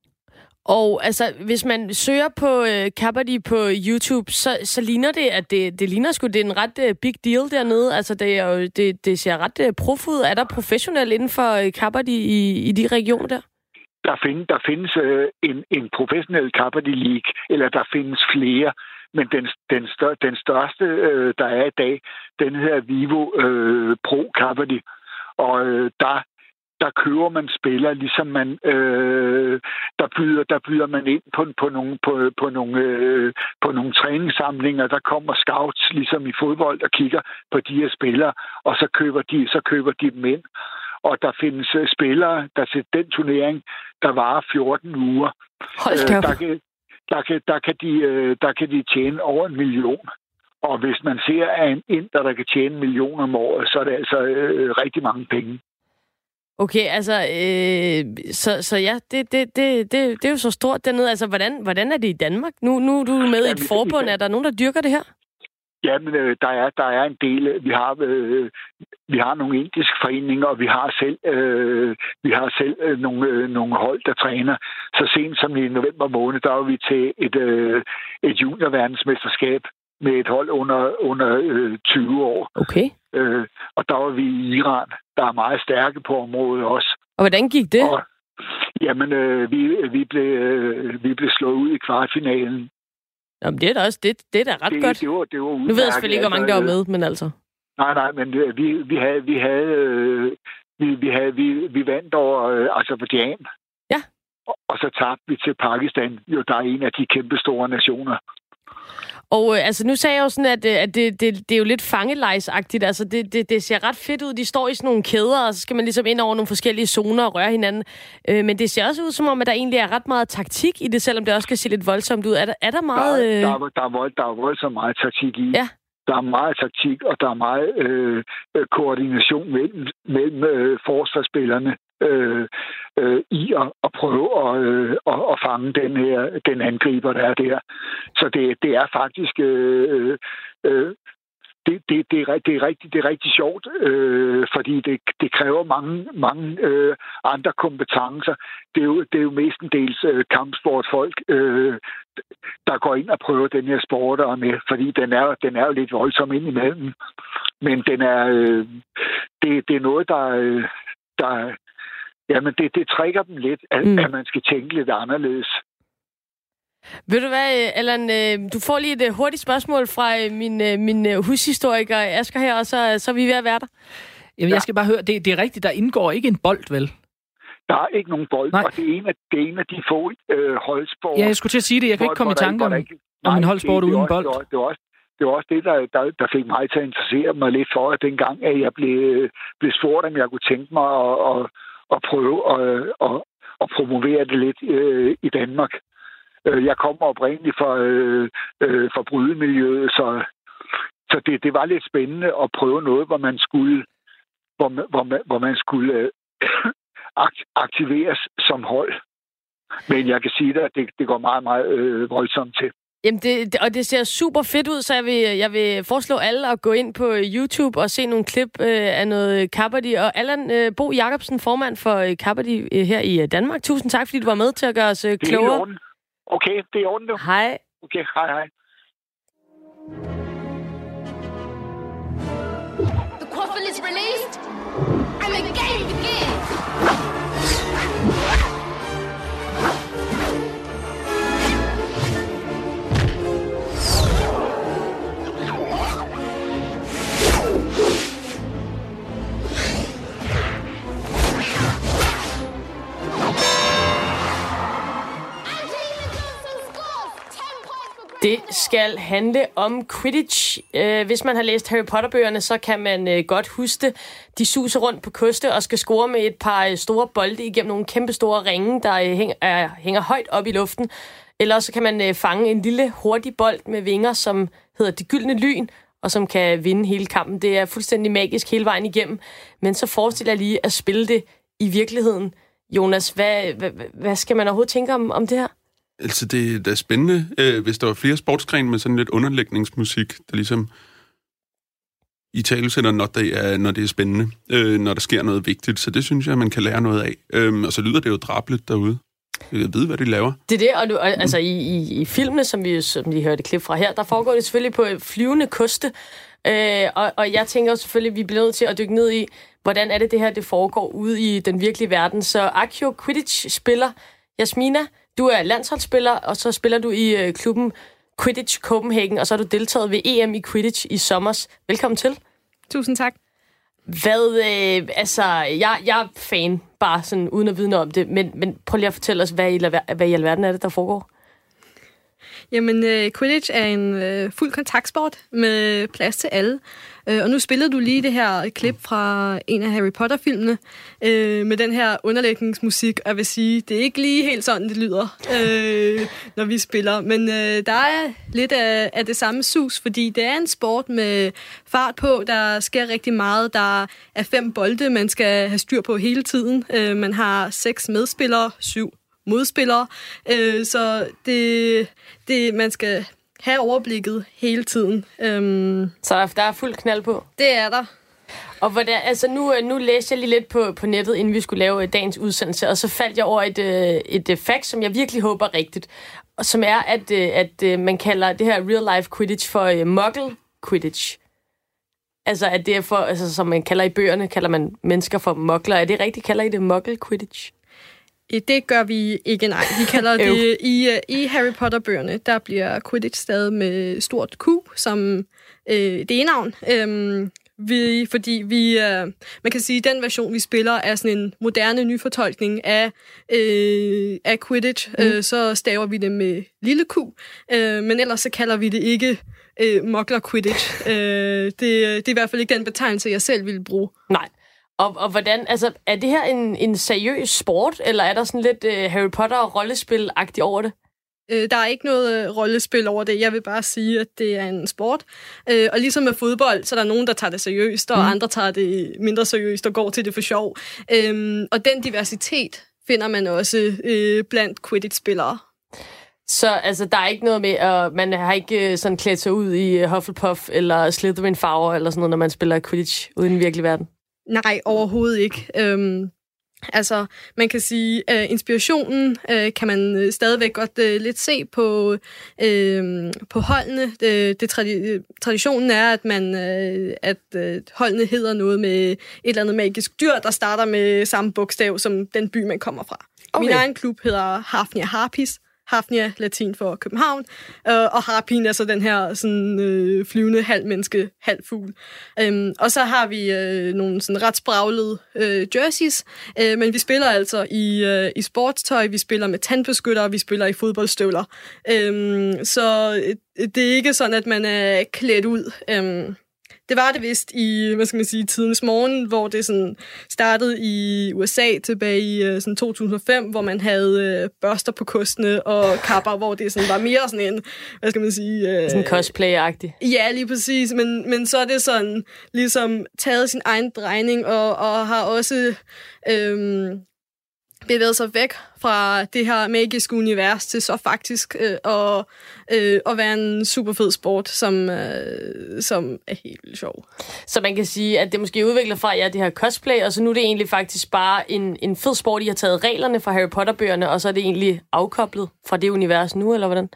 Og altså, hvis man søger på øh, kabaddi på YouTube, så, så ligner det, at det, det ligner sgu, det er en ret øh, big deal dernede. Altså, det, er jo, det, det ser ret øh, prof ud. Er der professionelle inden for øh, kabaddi i, i de regioner der? Der, find, der findes øh, en, en professionel kabaddi league, eller der findes flere. Men den, den, stør, den største, øh, der er i dag, den hedder Vivo øh, Pro Kabaddi. Og øh, der, der køber man spillere, ligesom man øh, der byder, der byder man ind på, på nogle, på, på nogle, øh, på nogle træningssamlinger. Der kommer scouts, ligesom i fodbold, og kigger på de her spillere, og så køber de, så køber de dem ind. Og der findes øh, spillere, der til den turnering, der varer fjorten uger. Hold da op. Øh, der kan, Der kan, der, kan de, der kan de tjene over en million. Og hvis man ser, at en inder, der kan tjene en million om året, så er det altså øh, rigtig mange penge. Okay, altså, øh, så, så ja, det, det, det, det, det er jo så stort dernede. Altså, hvordan, hvordan er det i Danmark? Nu, nu er du med ja, i et forbund. Er der nogen, der dyrker det her? Ja, men øh, der, er, der er en del. Vi har, øh, vi har nogle indiske foreninger, og vi har selv, øh, vi har selv øh, nogle, øh, nogle hold, der træner. Så sent som i november måned, der var vi til et, øh, et juniorverdensmesterskab med et hold under, under øh, tyve år. Okay. Øh, og der var vi i Iran, der er meget stærke på området også. Og hvordan gik det? Og, jamen, øh, vi, vi, blev, øh, vi blev slået ud i kvartfinalen. Jamen, det er da også det, det er da ret det, godt. Det var, det var nu ved jeg selvfølgelig ikke, hvor mange der var med, men altså... Nej, nej, men vi, vi havde... Vi, havde, øh, vi, vi, havde vi, vi vandt over øh, Aserbajdsjan. Ja. Og, og så tabte vi til Pakistan. Jo, der er en af de kæmpe store nationer. Og øh, altså, nu sagde jeg jo sådan, at, at det, det, det er jo lidt fangelejsagtigt. Altså, det, det, det ser ret fedt ud. De står i sådan nogle kæder, og så skal man ligesom ind over nogle forskellige zoner og røre hinanden. Øh, men det ser også ud som om, at der egentlig er ret meget taktik i det, selvom det også kan se lidt voldsomt ud. Er der, er der meget... Øh... Der, der, der, er vold, der er voldsomt meget taktik i. Ja. Der er meget taktik, og der er meget øh, koordination mellem, mellem øh, forsvarsspillerne øh, øh, i at, at prøve at, øh, at, at fange den her den angriber, der er der. Så det, det er faktisk øh, øh, det, det, det, er, det, er rigtig, det er rigtig sjovt, øh, fordi det, det kræver mange, mange øh, andre kompetencer. Det er jo, det er jo mestendels øh, kampsportfolk, øh, der går ind og prøver den her sport, og med, fordi den er, den er jo lidt voldsom indimellem. Men den er, øh, det, det er noget, der, øh, der jamen det, det trækker dem lidt, at, mm. at man skal tænke lidt anderledes. Ved du hvad, Allan, du får lige et hurtigt spørgsmål fra min, min hushistoriker Asger her, og så, så er vi ved at være der. Jamen, ja. Jeg skal bare høre, det, det er rigtigt, der indgår ikke en bold, vel? Der er ikke nogen bold, nej. Og det er en af, det er en af de få øh, holdsport. Ja, jeg skulle til at sige det. Jeg kan hvor, ikke komme i tanke om, ikke, om en holdsport uden bold. Det var, det var også Det var også det, der, der, der fik mig til at interessere mig lidt for, at dengang, at jeg blev, blev spurgt, om jeg kunne tænke mig at, at, at prøve at, at, at promovere det lidt øh, i Danmark. Jeg kommer oprindeligt fra, øh, øh, fra brydemiljøet, så, så det, det var lidt spændende at prøve noget, hvor man skulle, hvor man, hvor man, hvor man skulle øh, aktiveres som hold. Men jeg kan sige dig, at det, det går meget, meget øh, voldsomt til. Jamen det, og det ser super fedt ud, så jeg vil, jeg vil foreslå alle at gå ind på YouTube og se nogle klip øh, af noget Kabaddi. Og Allan øh, Bo Jacobsen, formand for øh, Kabaddi øh, her i Danmark. Tusind tak, fordi du var med til at gøre os øh, klogere. Okay, det er ordentligt. Hej. Okay, hej hej. The coffin is released and the game begins. Det skal handle om Quidditch. Øh, hvis man har læst Harry Potter-bøgerne, så kan man øh, godt huske det. De suser rundt på koste og skal score med et par øh, store bolde igennem nogle kæmpe store ringe, der øh, hænger, øh, hænger højt op i luften. Eller så kan man øh, fange en lille hurtig bold med vinger, som hedder Det Gyldne Lyn, og som kan vinde hele kampen. Det er fuldstændig magisk hele vejen igennem. Men så forestiller jeg lige at spille det i virkeligheden. Jonas, hvad, hvad, hvad skal man overhovedet tænke om, om det her? Altså, det, det er spændende, øh, hvis der var flere sportsgrene med sådan lidt underlægningsmusik, der ligesom i talesætter, når det er, når det er spændende, øh, når der sker noget vigtigt. Så det synes jeg, man kan lære noget af. Øhm, og så lyder det jo drabeligt derude. Jeg ved, hvad de laver. Det er det, og du, altså i, i, i filmene, som vi, som vi hørte klip fra her, der foregår det selvfølgelig på flyvende koste. Øh, og, og jeg tænker jo selvfølgelig, at vi bliver nødt til at dykke ned i, hvordan er det, det her det foregår ude i den virkelige verden. Så Accio Quidditch-spiller Jasmina, du er landsholdsspiller, og så spiller du i øh, klubben Quidditch Copenhagen, og så har du deltaget ved E M i Quidditch i sommers. Velkommen til. Tusind tak. Hvad, øh, altså, jeg, jeg er fan, bare sådan uden at vide noget om det, men, men prøv lige at fortælle os, hvad i, hvad i alverden er det, der foregår? Jamen, øh, Quidditch er en øh, fuld kontaktsport med plads til alle. Øh, og nu spillede du lige det her klip fra en af Harry Potter-filmene øh, med den her underlægningsmusik, og jeg vil sige, det er ikke lige helt sådan, det lyder, øh, når vi spiller. Men øh, der er lidt af, af det samme sus, fordi det er en sport med fart på, der sker rigtig meget. Der er fem bolde, man skal have styr på hele tiden. Øh, man har seks medspillere, syv modspillere, øh, så det, det, man skal have overblikket hele tiden. Øhm, så der, der er fuld knald på? Det er der. Og hvordan, altså nu, nu læste jeg lige lidt på, på nettet, inden vi skulle lave dagens udsendelse, og så faldt jeg over et, et, et fact, som jeg virkelig håber er rigtigt, og som er, at, at man kalder det her real-life Quidditch for Muggle Quidditch. Altså, at det er for, altså, som man kalder i bøgerne, kalder man mennesker for muggler. Er det rigtigt? Kalder I det Muggle Quidditch? Det gør vi ikke, nej. Vi kalder det i, i Harry Potter-bøgerne, der bliver Quidditch stadig med stort Q, som øh, det er navn. Øhm, vi, fordi vi, øh, man kan sige, at den version, vi spiller, er sådan en moderne nyfortolkning af, øh, af Quidditch. Mm. Øh, så staver vi det med lille Q, øh, men ellers så kalder vi det ikke øh, Muggle Quidditch. Øh, det, det er i hvert fald ikke den betegnelse, jeg selv ville bruge. Nej. Og, og hvordan, altså, er det her en, en seriøs sport, eller er der sådan lidt uh, Harry Potter og rollespil-agtigt over det? Øh, der er ikke noget uh, rollespil over det. Jeg vil bare sige, at det er en sport. Øh, og ligesom med fodbold, så er der nogen, der tager det seriøst, og mm. andre tager det mindre seriøst og går til det for sjov. Øh, og den diversitet finder man også øh, blandt Quidditch-spillere. Så altså, der er ikke noget med, at man har ikke sådan klædt sig ud i Hufflepuff eller Slytherin-farver eller sådan noget, når man spiller Quidditch ude i den virkelige verden? Nej, overhovedet ikke. Øhm, altså, man kan sige, at uh, inspirationen uh, kan man stadigvæk godt uh, lidt se på, uh, på holdene. Det, det tradi- traditionen er, at, man, uh, at uh, holdene hedder noget med et eller andet magisk dyr, der starter med samme bogstav som den by, man kommer fra. Okay. Min egen klub hedder Hafnia Harpies. Hafnia, latin for København, øh, og harpien er så den her sådan, øh, flyvende halvmenneske, halvfugl. Øhm, og så har vi øh, nogle sådan ret spraglede øh, jerseys, øh, men vi spiller altså i, øh, i sportstøj, vi spiller med tandbeskyttere, vi spiller i fodboldstøvler. Øhm, så øh, det er ikke sådan, at man er klædt ud. Øhm, Det var det vist i, hvad skal man sige, tidens morgen, hvor det sådan startede i U S A tilbage i sådan to tusind og fem, hvor man havde børster på kostene og kapper, hvor det sådan var mere sådan en, hvad skal man sige... Sådan cosplay-agtig. Ja, lige præcis, men, men så er det sådan ligesom taget sin egen drejning og, og har også... Øhm, bevæget sig væk fra det her magiske univers til så faktisk øh, at, øh, at være en super fed sport, som, øh, som er helt vildt sjov. Så man kan sige, at det måske udvikler fra, ja, det her cosplay, og så nu er det egentlig faktisk bare en, en fed sport, I har taget reglerne fra Harry Potter-bøgerne, og så er det egentlig afkoblet fra det univers nu, eller hvordan?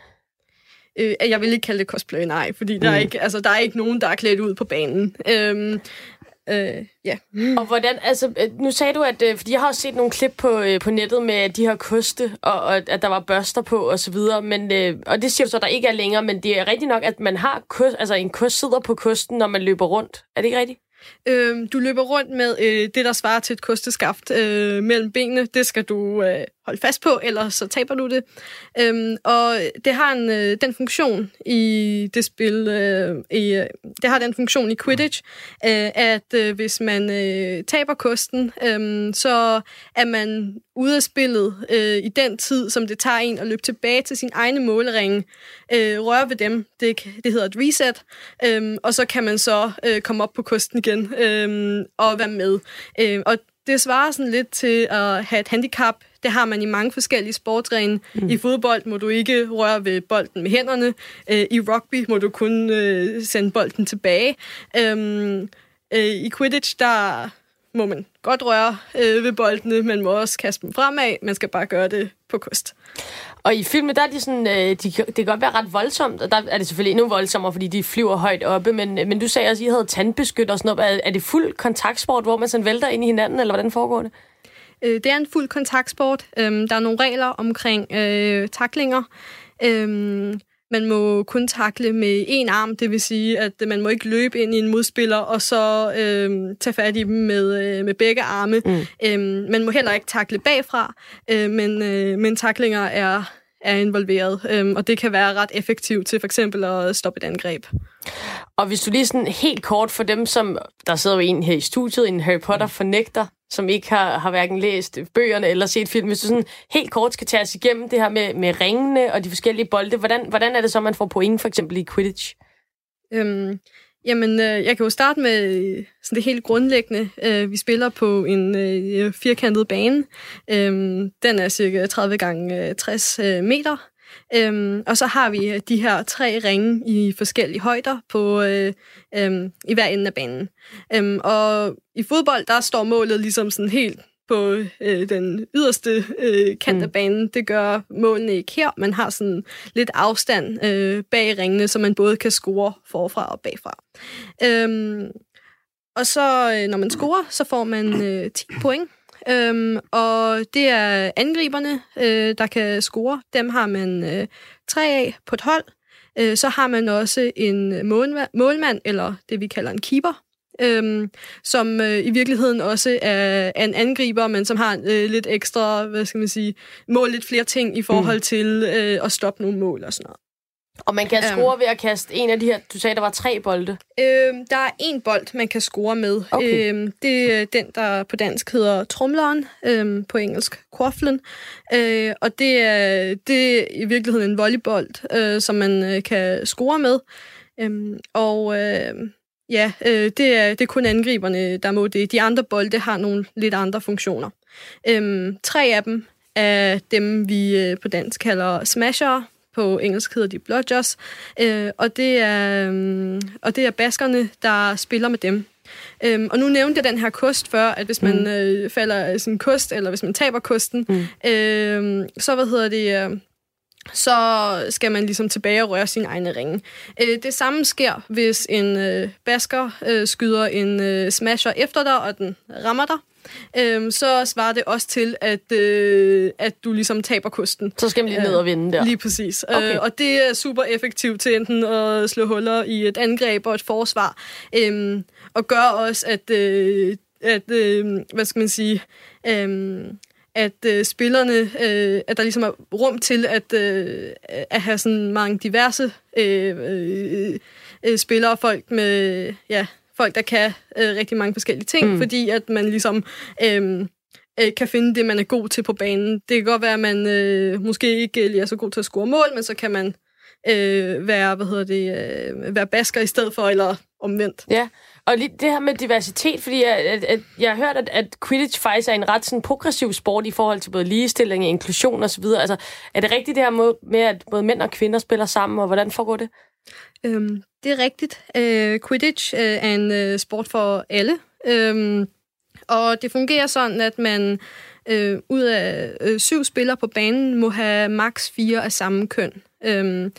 Øh, jeg vil ikke kalde det cosplay, nej, fordi der, mm. er ikke, altså, der er ikke nogen, der er klædt ud på banen. Øhm, Øh, ja. Og hvordan, altså, nu sagde du, at, fordi jeg har også set nogle klip på, på nettet med de her koste, og, og at der var børster på, og så videre, men, og det siger du så, der ikke er længere, men det er rigtigt nok, at man har kost, altså en kost sidder på kosten, når man løber rundt. Er det ikke rigtigt? Øh, du løber rundt med øh, det, der svarer til et kosteskaft øh, mellem benene. Det skal du øh, holde fast på, ellers så taber du det. Øhm, og det har en, øh, den funktion i det spil, øh, i, øh, det har den funktion i Quidditch, øh, at øh, hvis man øh, taber kosten, øh, så er man ude af spillet øh, i den tid, som det tager en at løbe tilbage til sin egne måleringe, øh, røre ved dem. Det, det hedder et reset, øh, og så kan man så øh, komme op på kosten igen øh, og være med. Øh, og det svarer sådan lidt til at have et handicap. Det har man i mange forskellige sportsgrene. Mm. I fodbold må du ikke røre ved bolden med hænderne. Øh, I rugby må du kun øh, sende bolden tilbage. Øh, øh, I Quidditch, der må man godt røre øh, ved boldene. Man må også kaste dem fremad. Man skal bare gøre det på kost. Og i filmen, der er de sådan, øh, de, det kan godt være ret voldsomt, og der er det selvfølgelig endnu voldsommere, fordi de flyver højt oppe, men, men du sagde også, at I havde tandbeskytter og sådan noget. Er, er det fuld kontaktsport, hvor man sådan vælter ind i hinanden, eller hvordan foregår det? Øh, det er en fuld kontaktsport. Øhm, der er nogle regler omkring øh, tacklinger. Øhm, man må kun tackle med én arm, det vil sige, at man må ikke løbe ind i en modspiller, og så øh, tage fat i dem med, øh, med begge arme. Mm. Øhm, man må heller ikke tackle bagfra, øh, men, øh, men tacklinger er, er involveret, øh, og det kan være ret effektivt til for eksempel at stoppe et angreb. Og hvis du lige sådan helt kort for dem, som der sidder jo en her i studiet, en Harry Potter fornægter, som ikke har, har hverken læst bøgerne eller set film, hvis du sådan helt kort skal tage os igennem det her med, med ringene og de forskellige bolde, hvordan, hvordan er det så, man får point for eksempel i Quidditch? Øhm, jamen, øh, jeg kan jo starte med sådan det helt grundlæggende. Øh, vi spiller på en øh, firkantet bane. Øh, den er cirka tredive gange tres øh, meter. Øhm, og så har vi de her tre ringe i forskellige højder på, øh, øh, i hver ende af banen. Øhm, og i fodbold, der står målet ligesom sådan helt på øh, den yderste øh, kant af banen. Det gør målene ikke her. Man har sådan lidt afstand øh, bag ringene, så man både kan score forfra og bagfra. Øhm, og så, øh, når man scorer, så får man øh, ti point. Øhm, og det er angriberne, øh, der kan score. Dem har man øh, tre af på et hold. Øh, så har man også en målmand, målmand, eller det vi kalder en keeper, øh, som øh, i virkeligheden også er, er en angriber, men som har øh, lidt ekstra, hvad skal man sige, mål lidt flere ting i forhold til øh, at stoppe nogle mål og sådan noget. Og man kan score um, ved at kaste en af de her, du sagde, der var tre bolde. Øh, der er en bold, man kan score med. Okay. Øh, det er den, der på dansk hedder tromleren, øh, på engelsk quafflen. Øh, og det er, det er i virkeligheden en volleyball, øh, som man øh, kan score med. Øh, og øh, ja, øh, det, er, det er kun angriberne, der må det. De andre bolde har nogle lidt andre funktioner. Øh, tre af dem er dem, vi øh, på dansk kalder smasher. På engelsk hedder de bludgers. Øh, og, det er, øh, og det er baskerne, der spiller med dem. Øhm, og nu nævnte jeg den her kost før, at hvis man mm. øh, falder af sin kost, eller hvis man taber kosten, mm. øh, så hvad hedder det... Øh, så skal man ligesom tilbage og røre sine egne ringe. Øh, det samme sker, hvis en øh, basker øh, skyder en øh, smasher efter dig, og den rammer dig. Øh, så svarer det også til, at, øh, at du ligesom taber kosten. Så skal man lige ned og vinde der. Lige præcis. Okay. Øh, og det er super effektivt til enten at slå huller i et angreb og et forsvar, øh, og gør også, at, øh, at øh, hvad skal man sige... Øh, at øh, spillerne, øh, at der ligesom er rum til at, øh, at have sådan mange diverse øh, øh, øh, spillere, folk med, ja, folk, der kan øh, rigtig mange forskellige ting, mm. fordi at man ligesom øh, øh, kan finde det, man er god til på banen. Det kan godt være, at man øh, måske ikke er så god til at score mål, men så kan man øh, være, hvad hedder det, øh, være basker i stedet for, eller omvendt. Ja, og lige det her med diversitet, fordi jeg, at, at jeg har hørt, at, at Quidditch faktisk er en ret sådan progressiv sport i forhold til både ligestilling, inklusion og så videre. Altså, er det rigtigt det her med, med, at både mænd og kvinder spiller sammen, og hvordan foregår det? Øhm, det er rigtigt. Øh, Quidditch øh, er en øh, sport for alle, øhm, og det fungerer sådan, at man øh, ud af øh, syv spillere på banen må have maks fire af samme køn. Øhm,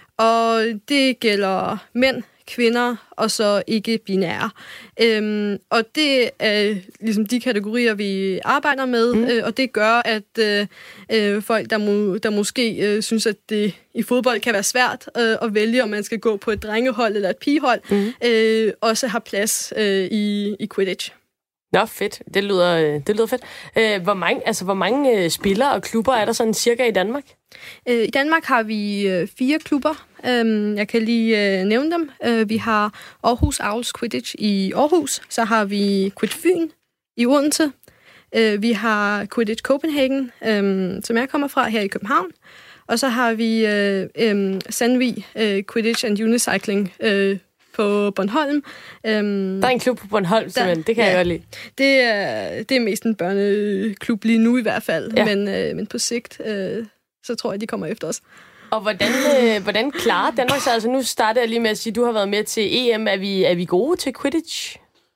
og det gælder mænd, kvinder og så ikke-binære. Øhm, og det er ligesom de kategorier, vi arbejder med, mm. øh, og det gør, at øh, folk, der, må, der måske øh, synes, at det i fodbold kan være svært øh, at vælge, om man skal gå på et drengehold eller et pigehold, mm. øh, også har plads øh, i, i Quidditch. Nå, fedt. Det lyder, det lyder fedt. Øh, hvor mange, altså, hvor mange øh, spillere og klubber er der sådan cirka i Danmark? Øh, I Danmark har vi øh, fire klubber. Øh, jeg kan lige øh, nævne dem. Øh, vi har Aarhus Owls Quidditch i Aarhus. Så har vi Quidditch Fyn i Odense. Øh, vi har Quidditch Copenhagen, øh, som jeg kommer fra her i København. Og så har vi øh, øh, Sandvig øh, Quidditch and Unicycling øh, på Bornholm. Øhm, der er en klub på Bornholm, simpelthen. Det kan ja, jeg godt lide. Det er, det er mest en børneklub lige nu i hvert fald, ja. men, øh, men på sigt, øh, så tror jeg, de kommer efter os. Og hvordan, øh, hvordan klarer Danmark sig? Altså nu starter jeg lige med at sige, at du har været med til E M. Er vi, er vi gode til Quidditch?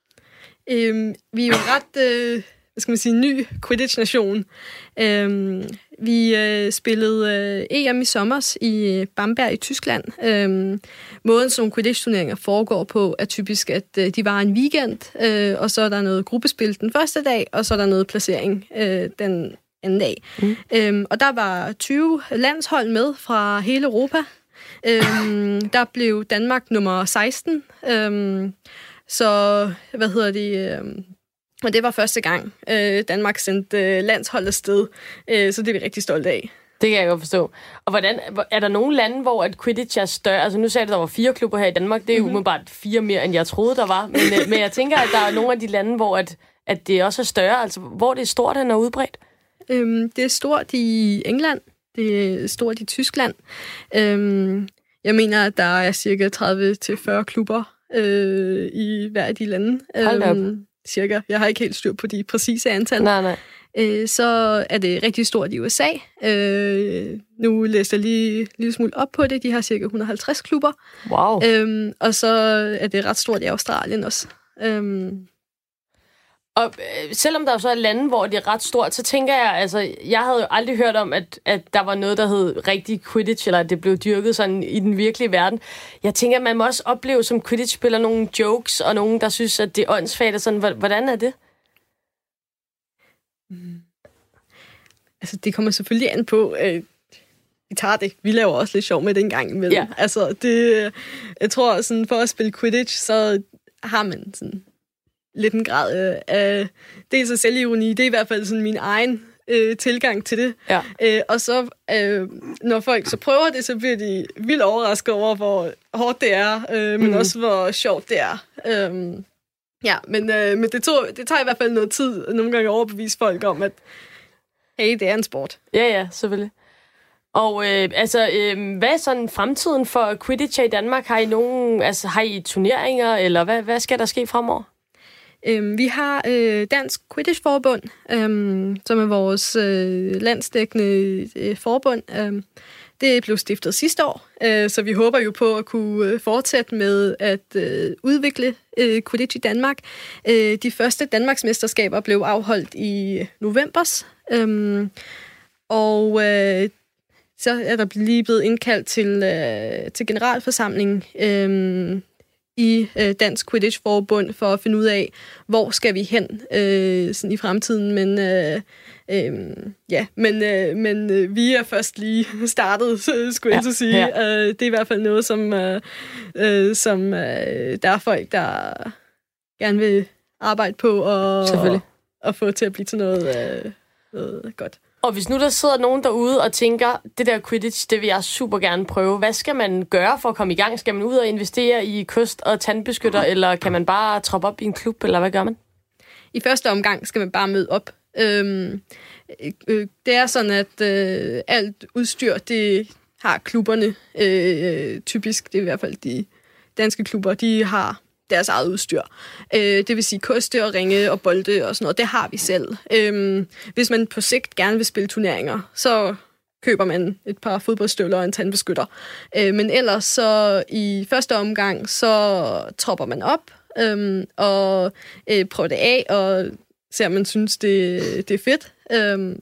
Øhm, vi er jo ret, øh, hvad skal man sige, ny Quidditch-nation. Øhm, vi øh, spillede øh, E M i sommers i Bamberg i Tyskland. Øhm, måden, som Quidditch-turneringer foregår på, er typisk, at øh, de var en weekend, øh, og så er der noget gruppespil den første dag, og så er der noget placering øh, den anden dag. Mm. Øhm, og der var tyve landshold med fra hele Europa. Øhm, der blev Danmark nummer seksten. Øhm, så, hvad hedder det... Øh, Og det var første gang, øh, Danmark sendte øh, landsholdet afsted, øh, så det er vi rigtig stolte af. Det kan jeg godt forstå. Og hvordan, er der nogle lande, hvor at Quidditch er større? Altså nu sagde jeg, at der var fire klubber her i Danmark. Det er jo mm-hmm. umiddelbart fire mere, end jeg troede, der var. Men, øh, men jeg tænker, at der er nogle af de lande, hvor at, at det også er større. Altså hvor det er stort og udbredt? Øhm, det er stort i England. Det er stort i Tyskland. Øhm, jeg mener, at der er cirka tredive til fyrre klubber øh, i hver af de lande. Hold da op. Øhm, cirka. Jeg har ikke helt styr på de præcise antal. Nej, nej. Øh, så er det rigtig stort i U S A. Øh, nu læste jeg lige en lille smule op på det. De har cirka et hundrede og halvtreds klubber. Wow. Øh, og så er det ret stort i Australien også. Øh, Og øh, selvom der så er lande, hvor det er ret stort, så tænker jeg, altså, jeg havde jo aldrig hørt om, at, at der var noget, der hed rigtig Quidditch, eller at det blev dyrket sådan i den virkelige verden. Jeg tænker, at man må også opleve som Quidditch-spiller nogle jokes, og nogen, der synes, at det er åndssvagt, og sådan. Hvordan er det? Mm. Altså, det kommer selvfølgelig an på... Øh, vi tager det. Vi laver også lidt sjov med det en gang imellem. Ja. Altså, det... Jeg tror, sådan, for at spille Quidditch, så har man sådan... lidt en grad øh, af dels af selvironi. Det er i hvert fald sådan min egen øh, tilgang til det. Ja. Øh, og så, øh, når folk så prøver det, så bliver de vildt overrasket over, hvor hårdt det er, øh, men mm. også hvor sjovt det er. Øh, ja, men, øh, men det, tog, det tager i hvert fald noget tid nogle gange at overbevise folk om, at hey, det er en sport. Ja, ja, selvfølgelig. Og øh, altså, øh, hvad er sådan fremtiden for Quidditch i Danmark? Har I nogen, altså har I turneringer, eller hvad, hvad skal der ske fremover? Øhm, vi har øh, Dansk Quidditch-forbund, øhm, som er vores øh, landsdækkende øh, forbund. Øhm, Det blev stiftet sidste år, øh, så vi håber jo på at kunne øh, fortsætte med at øh, udvikle øh, Quidditch i Danmark. Øh, de første Danmarksmesterskaber blev afholdt i novembers, øh, og øh, så er der lige blevet indkaldt til, øh, til generalforsamling øh, i øh, Dansk Quidditch Forbund for at finde ud af, hvor skal vi hen øh, sådan i fremtiden, men øh, øh, ja, men, øh, men øh, vi er først lige startet, skulle jeg ja, så sige. Ja. Øh, det er i hvert fald noget, som, øh, øh, som øh, der er folk, der gerne vil arbejde på og, og, og få til at blive til noget, øh, noget godt. Og hvis nu der sidder nogen derude og tænker, det der Quidditch, det vil jeg super gerne prøve. Hvad skal man gøre for at komme i gang? Skal man ud og investere i kost- og tandbeskytter, eller kan man bare troppe op i en klub, eller hvad gør man? I første omgang skal man bare møde op. Øhm, øh, det er sådan, at øh, alt udstyr, det har klubberne øh, typisk. Det er i hvert fald de danske klubber, de har deres eget udstyr. Øh, det vil sige koste og ringe og bolde og sådan noget. Det har vi selv. Øh, hvis man på sigt gerne vil spille turneringer, så køber man et par fodboldstøvler og en tandbeskytter. Øh, men ellers så i første omgang, så tropper man op øh, og øh, prøver det af og ser, om man synes, det, det er fedt. Øh,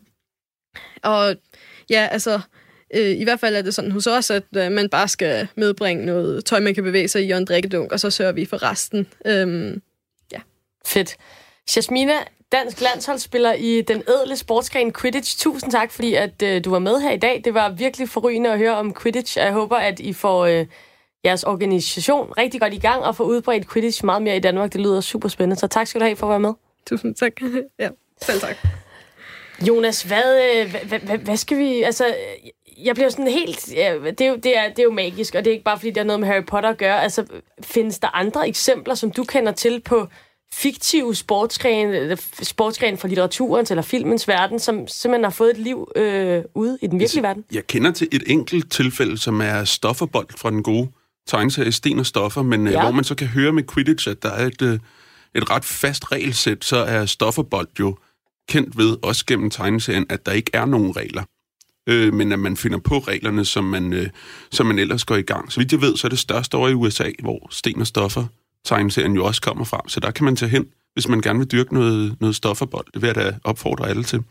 og ja, altså i hvert fald er det sådan hos os, at man bare skal medbringe noget tøj, man kan bevæge sig i, og en drikkedunk, og så sørger vi for resten. Øhm, ja. Fedt. Jasmina, dansk landsholdsspiller i den ædle sportsgren Quidditch. Tusind tak, fordi at, øh, du var med her i dag. Det var virkelig forrygende at høre om Quidditch. Jeg håber, at I får øh, jeres organisation rigtig godt i gang, og får udbredt Quidditch meget mere i Danmark. Det lyder super spændende. Så tak skal du have for at være med. Tusind tak. Ja, selv tak. Jonas, hvad, hvad, hvad, hvad skal vi... Altså, jeg bliver sådan helt... Ja, det, er jo, det, er, det er jo magisk, og det er ikke bare, fordi det har noget med Harry Potter at gøre. Altså, findes der andre eksempler, som du kender til på fiktive sportsgrene, sportsgrene fra litteraturens eller filmens verden, som simpelthen har fået et liv øh, ude i den virkelige verden? Jeg kender til et enkelt tilfælde, som er Stofferbold fra den gode tegneserie Sten og Stoffer, men ja. Hvor man så kan høre med Quidditch, at der er et, et ret fast regelsæt, så er Stofferbold jo kendt ved, også gennem tegneserien, at der ikke er nogen regler. Øh, men at man finder på reglerne, som man, øh, som man ellers går i gang. Så vidt jeg ved, så er det største over i U S A, hvor Sten og Stoffer tegneserien jo også kommer fra. Så der kan man tage hen, hvis man gerne vil dyrke noget, noget stofferbold. Det vil jeg da opfordre alle til.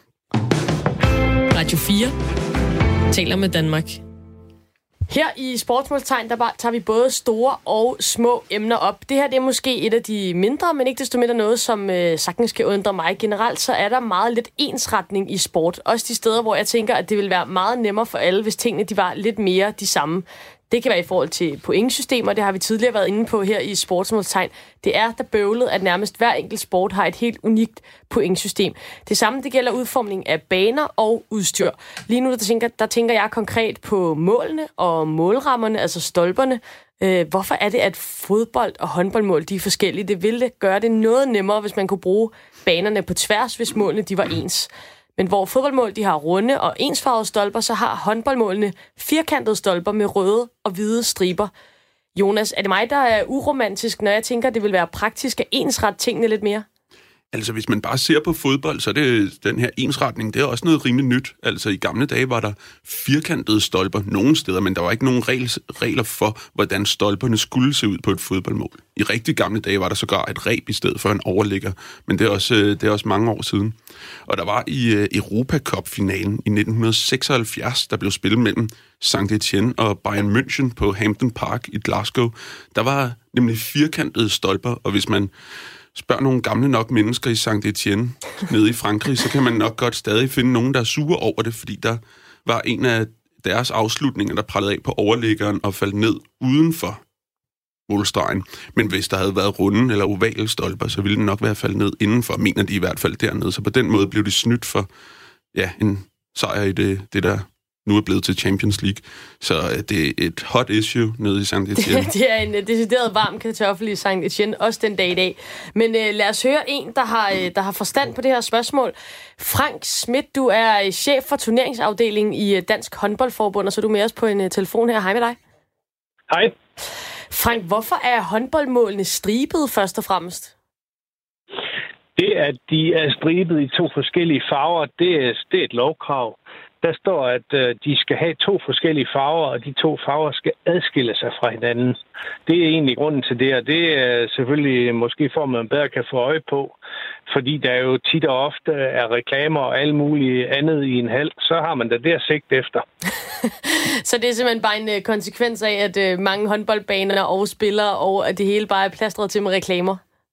Radio fire taler med Danmark. Her i Sportsmålstegn, der bare tager vi både store og små emner op. Det her det er måske et af de mindre, men ikke desto mindre noget, som øh, sagtens kan undre mig. Generelt så er der meget lidt ensretning i sport. Også de steder, hvor jeg tænker, at det vil være meget nemmere for alle, hvis tingene de var lidt mere de samme. Det kan være i forhold til pointsystemer, det har vi tidligere været inde på her i Sportsmålstegn. Det er da bøvlet, at nærmest hver enkelt sport har et helt unikt pointsystem. Det samme det gælder udformning af baner og udstyr. Lige nu der tænker, der tænker jeg konkret på målene og målrammerne, altså stolperne. Øh, hvorfor er det, at fodbold og håndboldmål de er forskellige? Det ville gøre det noget nemmere, hvis man kunne bruge banerne på tværs, hvis målene de var ens. Men hvor fodboldmål de har runde og ensfarvede stolper, så har håndboldmålene firkantede stolper med røde og hvide striber. Jonas, er det mig, der er uromantisk, når jeg tænker, at det vil være praktisk at ensrette tingene lidt mere? Altså, hvis man bare ser på fodbold, så er det den her ensretning, det er også noget rimelig nyt. Altså, i gamle dage var der firkantede stolper nogle steder, men der var ikke nogen regler for, hvordan stolperne skulle se ud på et fodboldmål. I rigtig gamle dage var der sågar et reb i stedet for en overligger, men det er også, det er også mange år siden. Og der var i Europa Cup-finalen i nitten seksoghalvfjerds, der blev spillet mellem Saint Etienne og Bayern München på Hampden Park i Glasgow. Der var nemlig firkantede stolper, og hvis man spørg nogle gamle nok mennesker i Saint Etienne nede i Frankrig, så kan man nok godt stadig finde nogen, der er sure over det, fordi der var en af deres afslutninger, der prallede af på overliggeren og faldt ned uden for målstregen. Men hvis der havde været runde eller ovale stolper, så ville den nok være faldet ned indenfor, mener de i hvert fald dernede. Så på den måde blev de snydt for ja, en sejr i det, det der nu er blevet til Champions League. Så det er et hot issue nede i Saint Etienne. Det, det er en uh, decideret varm kartoffel i Saint Etienne, også den dag i dag. Men uh, lad os høre en, der har, uh, der har forstand på det her spørgsmål. Frank Schmidt, du er chef for turneringsafdelingen i uh, Dansk Håndboldforbund, og så er du med os på en uh, telefon her. Hej med dig. Hej. Frank, hvorfor er håndboldmålene stribede først og fremmest? Det, at de er stribet i to forskellige farver, det er, det er et lovkrav. der står, at øh, de skal have to forskellige farver, og de to farver skal adskille sig fra hinanden. Det er egentlig grunden til det, og det er selvfølgelig måske for, at man bedre kan få øje på. Fordi der jo tit og ofte er reklamer og alt muligt andet i en hal, så har man da det at sigte efter. Så det er simpelthen bare en uh, konsekvens af, at uh, mange håndboldbaner og spillere, og at det hele bare er plastret til med reklamer?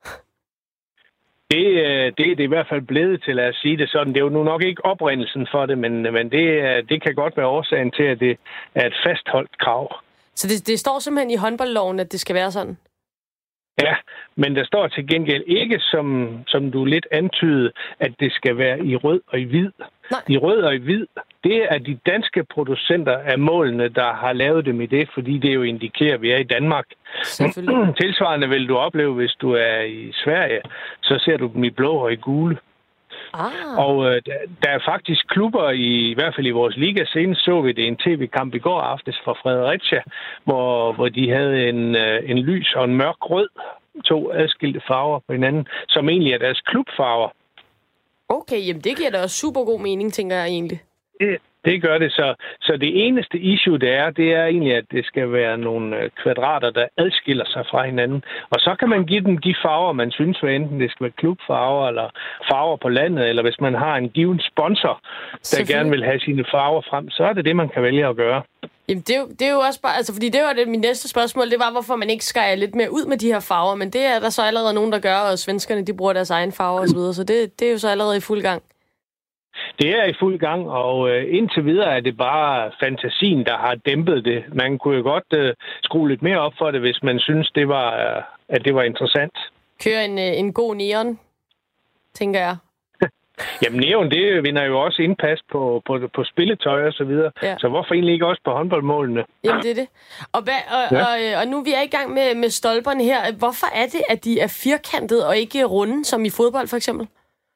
Det, det er det i hvert fald blevet til at sige det sådan. Det er jo nu nok ikke oprindelsen for det, men, men det, det kan godt være årsagen til, at det er et fastholdt krav. Så det, det står simpelthen i håndboldloven, at det skal være sådan? Ja, men der står til gengæld ikke, som, som du lidt antydede, at det skal være i rød og i hvid. Nej. I rød og i hvid, det er de danske producenter af målene, der har lavet dem i det, fordi det jo indikerer, at vi er i Danmark. Tilsvarende vil du opleve, hvis du er i Sverige, så ser du dem i blå og i gule. Ah. Og øh, der er faktisk klubber, i, i hvert fald i vores liga, senest så vi det en tv-kamp i går aftes fra Fredericia, hvor, hvor de havde en, øh, en lys og en mørk rød, to adskilte farver på hinanden, som egentlig er deres klubfarver. Okay, jamen det giver da også super god mening, tænker jeg egentlig. Det, det gør det. Så, så det eneste issue, det er, det er egentlig, at det skal være nogle kvadrater, der adskiller sig fra hinanden. Og så kan man give dem de farver, man synes, hvad enten det skal være klubfarver, eller farver på landet, eller hvis man har en given sponsor, der gerne vil have sine farver frem, så er det det, man kan vælge at gøre. Jamen, det er, jo, det er jo også bare... Altså, fordi det var det, mit næste spørgsmål, det var, hvorfor man ikke skærer lidt mere ud med de her farver, men det er der så allerede nogen, der gør, og svenskerne, de bruger deres egen farver og så videre, så det, det er jo så allerede i fuld gang. Det er i fuld gang, og øh, indtil videre er det bare fantasien, der har dæmpet det. Man kunne jo godt øh, skrue lidt mere op for det, hvis man synes, det var, øh, at det var interessant. Kør en, øh, en god neon, tænker jeg. Jamen, neon, det vinder jo også indpas på, på, på spilletøj og så videre. Ja. Så hvorfor egentlig ikke også på håndboldmålene? Jamen, det er det. Og, hvad, og, ja. og, og nu vi er i gang med, med stolperne her. Hvorfor er det, at de er firkantede og ikke runde, som i fodbold for eksempel?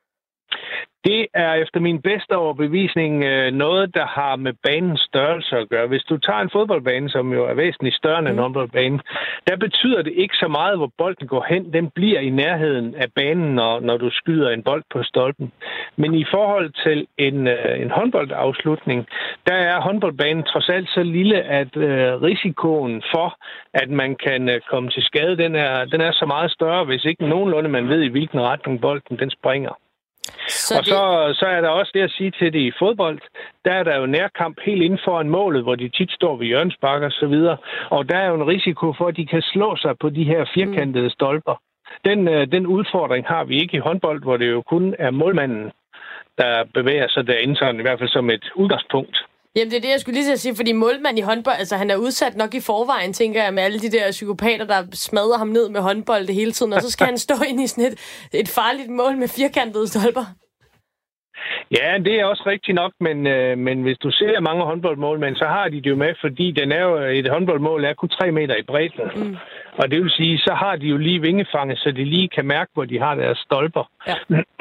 Det er efter min bedste overbevisning noget, der har med banens størrelse at gøre. Hvis du tager en fodboldbane, som jo er væsentligt større end en håndboldbane, der betyder det ikke så meget, hvor bolden går hen. Den bliver i nærheden af banen, når, når du skyder en bold på stolpen. Men i forhold til en, en håndboldafslutning, der er håndboldbanen trods alt så lille, at øh, risikoen for, at man kan øh, komme til skade, den er, den er så meget større, hvis ikke nogenlunde man ved, i hvilken retning bolden den springer. Så og det... så, så er der også det at sige til det i fodbold. Der er der jo nærkamp helt inden foran målet, hvor de tit står ved hjørnespark og så videre. Og der er jo en risiko for, at de kan slå sig på de her firkantede stolper. Den, den udfordring har vi ikke i håndbold, hvor det jo kun er målmanden, der bevæger sig derinde, sådan i hvert fald som et udgangspunkt. Jamen, det er det, jeg skulle lige til at sige, fordi målmand i håndbold, altså han er udsat nok i forvejen, tænker jeg, med alle de der psykopater, der smadrer ham ned med håndbold det hele tiden, og så skal han stå ind i sådan et, et farligt mål med firkantede stolper. Ja, det er også rigtigt nok, men, øh, men hvis du ser mange håndboldmålmænd, så har de det jo med, fordi den er jo, et håndboldmål er kun tre meter i bredden. Mm. Og det vil sige, så har de jo lige vingefanget, så de lige kan mærke, hvor de har deres stolper. Ja.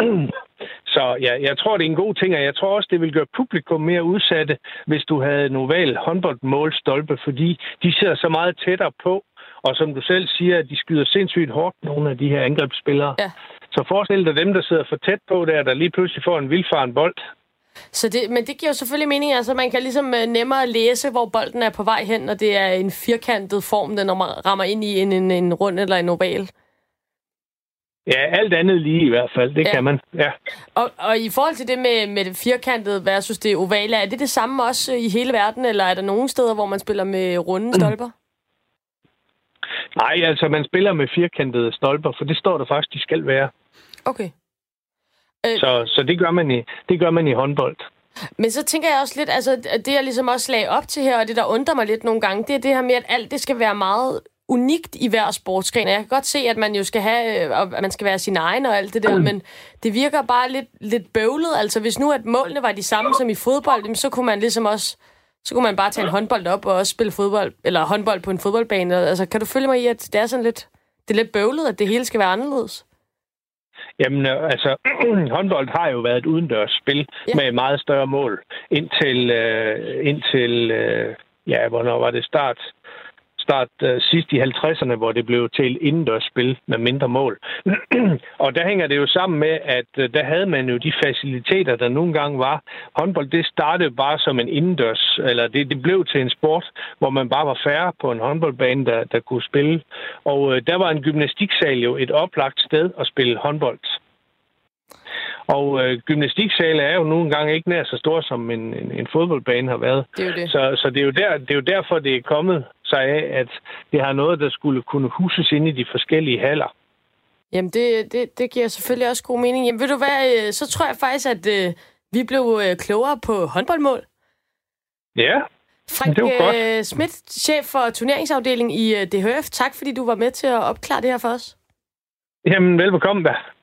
Så ja, jeg tror, det er en god ting, og jeg tror også, det vil gøre publikum mere udsatte, hvis du havde en oval håndboldmålstolpe, fordi de sidder så meget tættere på, og som du selv siger, de skyder sindssygt hårdt, nogle af de her angrebsspillere. Ja. Så forestil dig dem, der sidder for tæt på der, der lige pludselig får en vildfaren bold. Så det, men det giver jo selvfølgelig mening, altså man kan ligesom nemmere læse, hvor bolden er på vej hen, og det er en firkantet form, når man rammer ind i en, en, en rund eller en oval. Ja, alt andet lige i hvert fald, det ja. kan man, ja. Og, og i forhold til det med, med det firkantede versus det ovale, er det det samme også i hele verden, eller er der nogle steder, hvor man spiller med runde stolper? Nej, altså man spiller med firkantede stolper, for det står der faktisk, de skal være. Okay. Øh, så så det, gør man i, det gør man i håndbold. Men så tænker jeg også lidt, altså det jeg ligesom også lagde op til her, og det der undrer mig lidt nogle gange, det er det her med, at alt det skal være meget unikt i hver sportsgren. Jeg kan godt se, at man jo skal have, og at man skal være sin egen og alt det der, mm. men det virker bare lidt, lidt bøvlet. Altså hvis nu at målene var de samme som i fodbold, så kunne man ligesom også, så kunne man bare tage en håndbold op og også spille fodbold, eller håndbold på en fodboldbane. Altså kan du følge mig i, at det er sådan lidt, det er lidt bøvlet, at det hele skal være anderledes? Jamen, altså, håndbold har jo været et udendørsspil ja. med meget større mål. Indtil, øh, indtil øh, ja, hvornår var det start? opstart uh, sidst i halvtredserne, hvor det blev til indendørsspil med mindre mål. Og der hænger det jo sammen med, at uh, der havde man jo de faciliteter, der nogle gange var. Håndbold, det startede bare som en indendørs, eller det, det blev til en sport, hvor man bare var færre på en håndboldbane, der, der kunne spille. Og uh, der var en gymnastiksal jo et oplagt sted at spille håndbold. Og øh, gymnastiksale er jo nogle gange ikke nær så stor, som en, en, en fodboldbane har været. Det er jo det. Så, så det, er jo der, det er jo derfor, det er kommet sig af, at det har noget, der skulle kunne huses inde i de forskellige haller. Jamen, det, det, det giver selvfølgelig også god mening. Jamen, ved du hvad, så tror jeg faktisk, at øh, vi blev øh, klogere på håndboldmål. Ja, Frank, det var godt. Øh, Schmidt, chef for turneringsafdelingen i øh, D H F. Tak, fordi du var med til at opklare det her for os. Jamen, velbekomme da.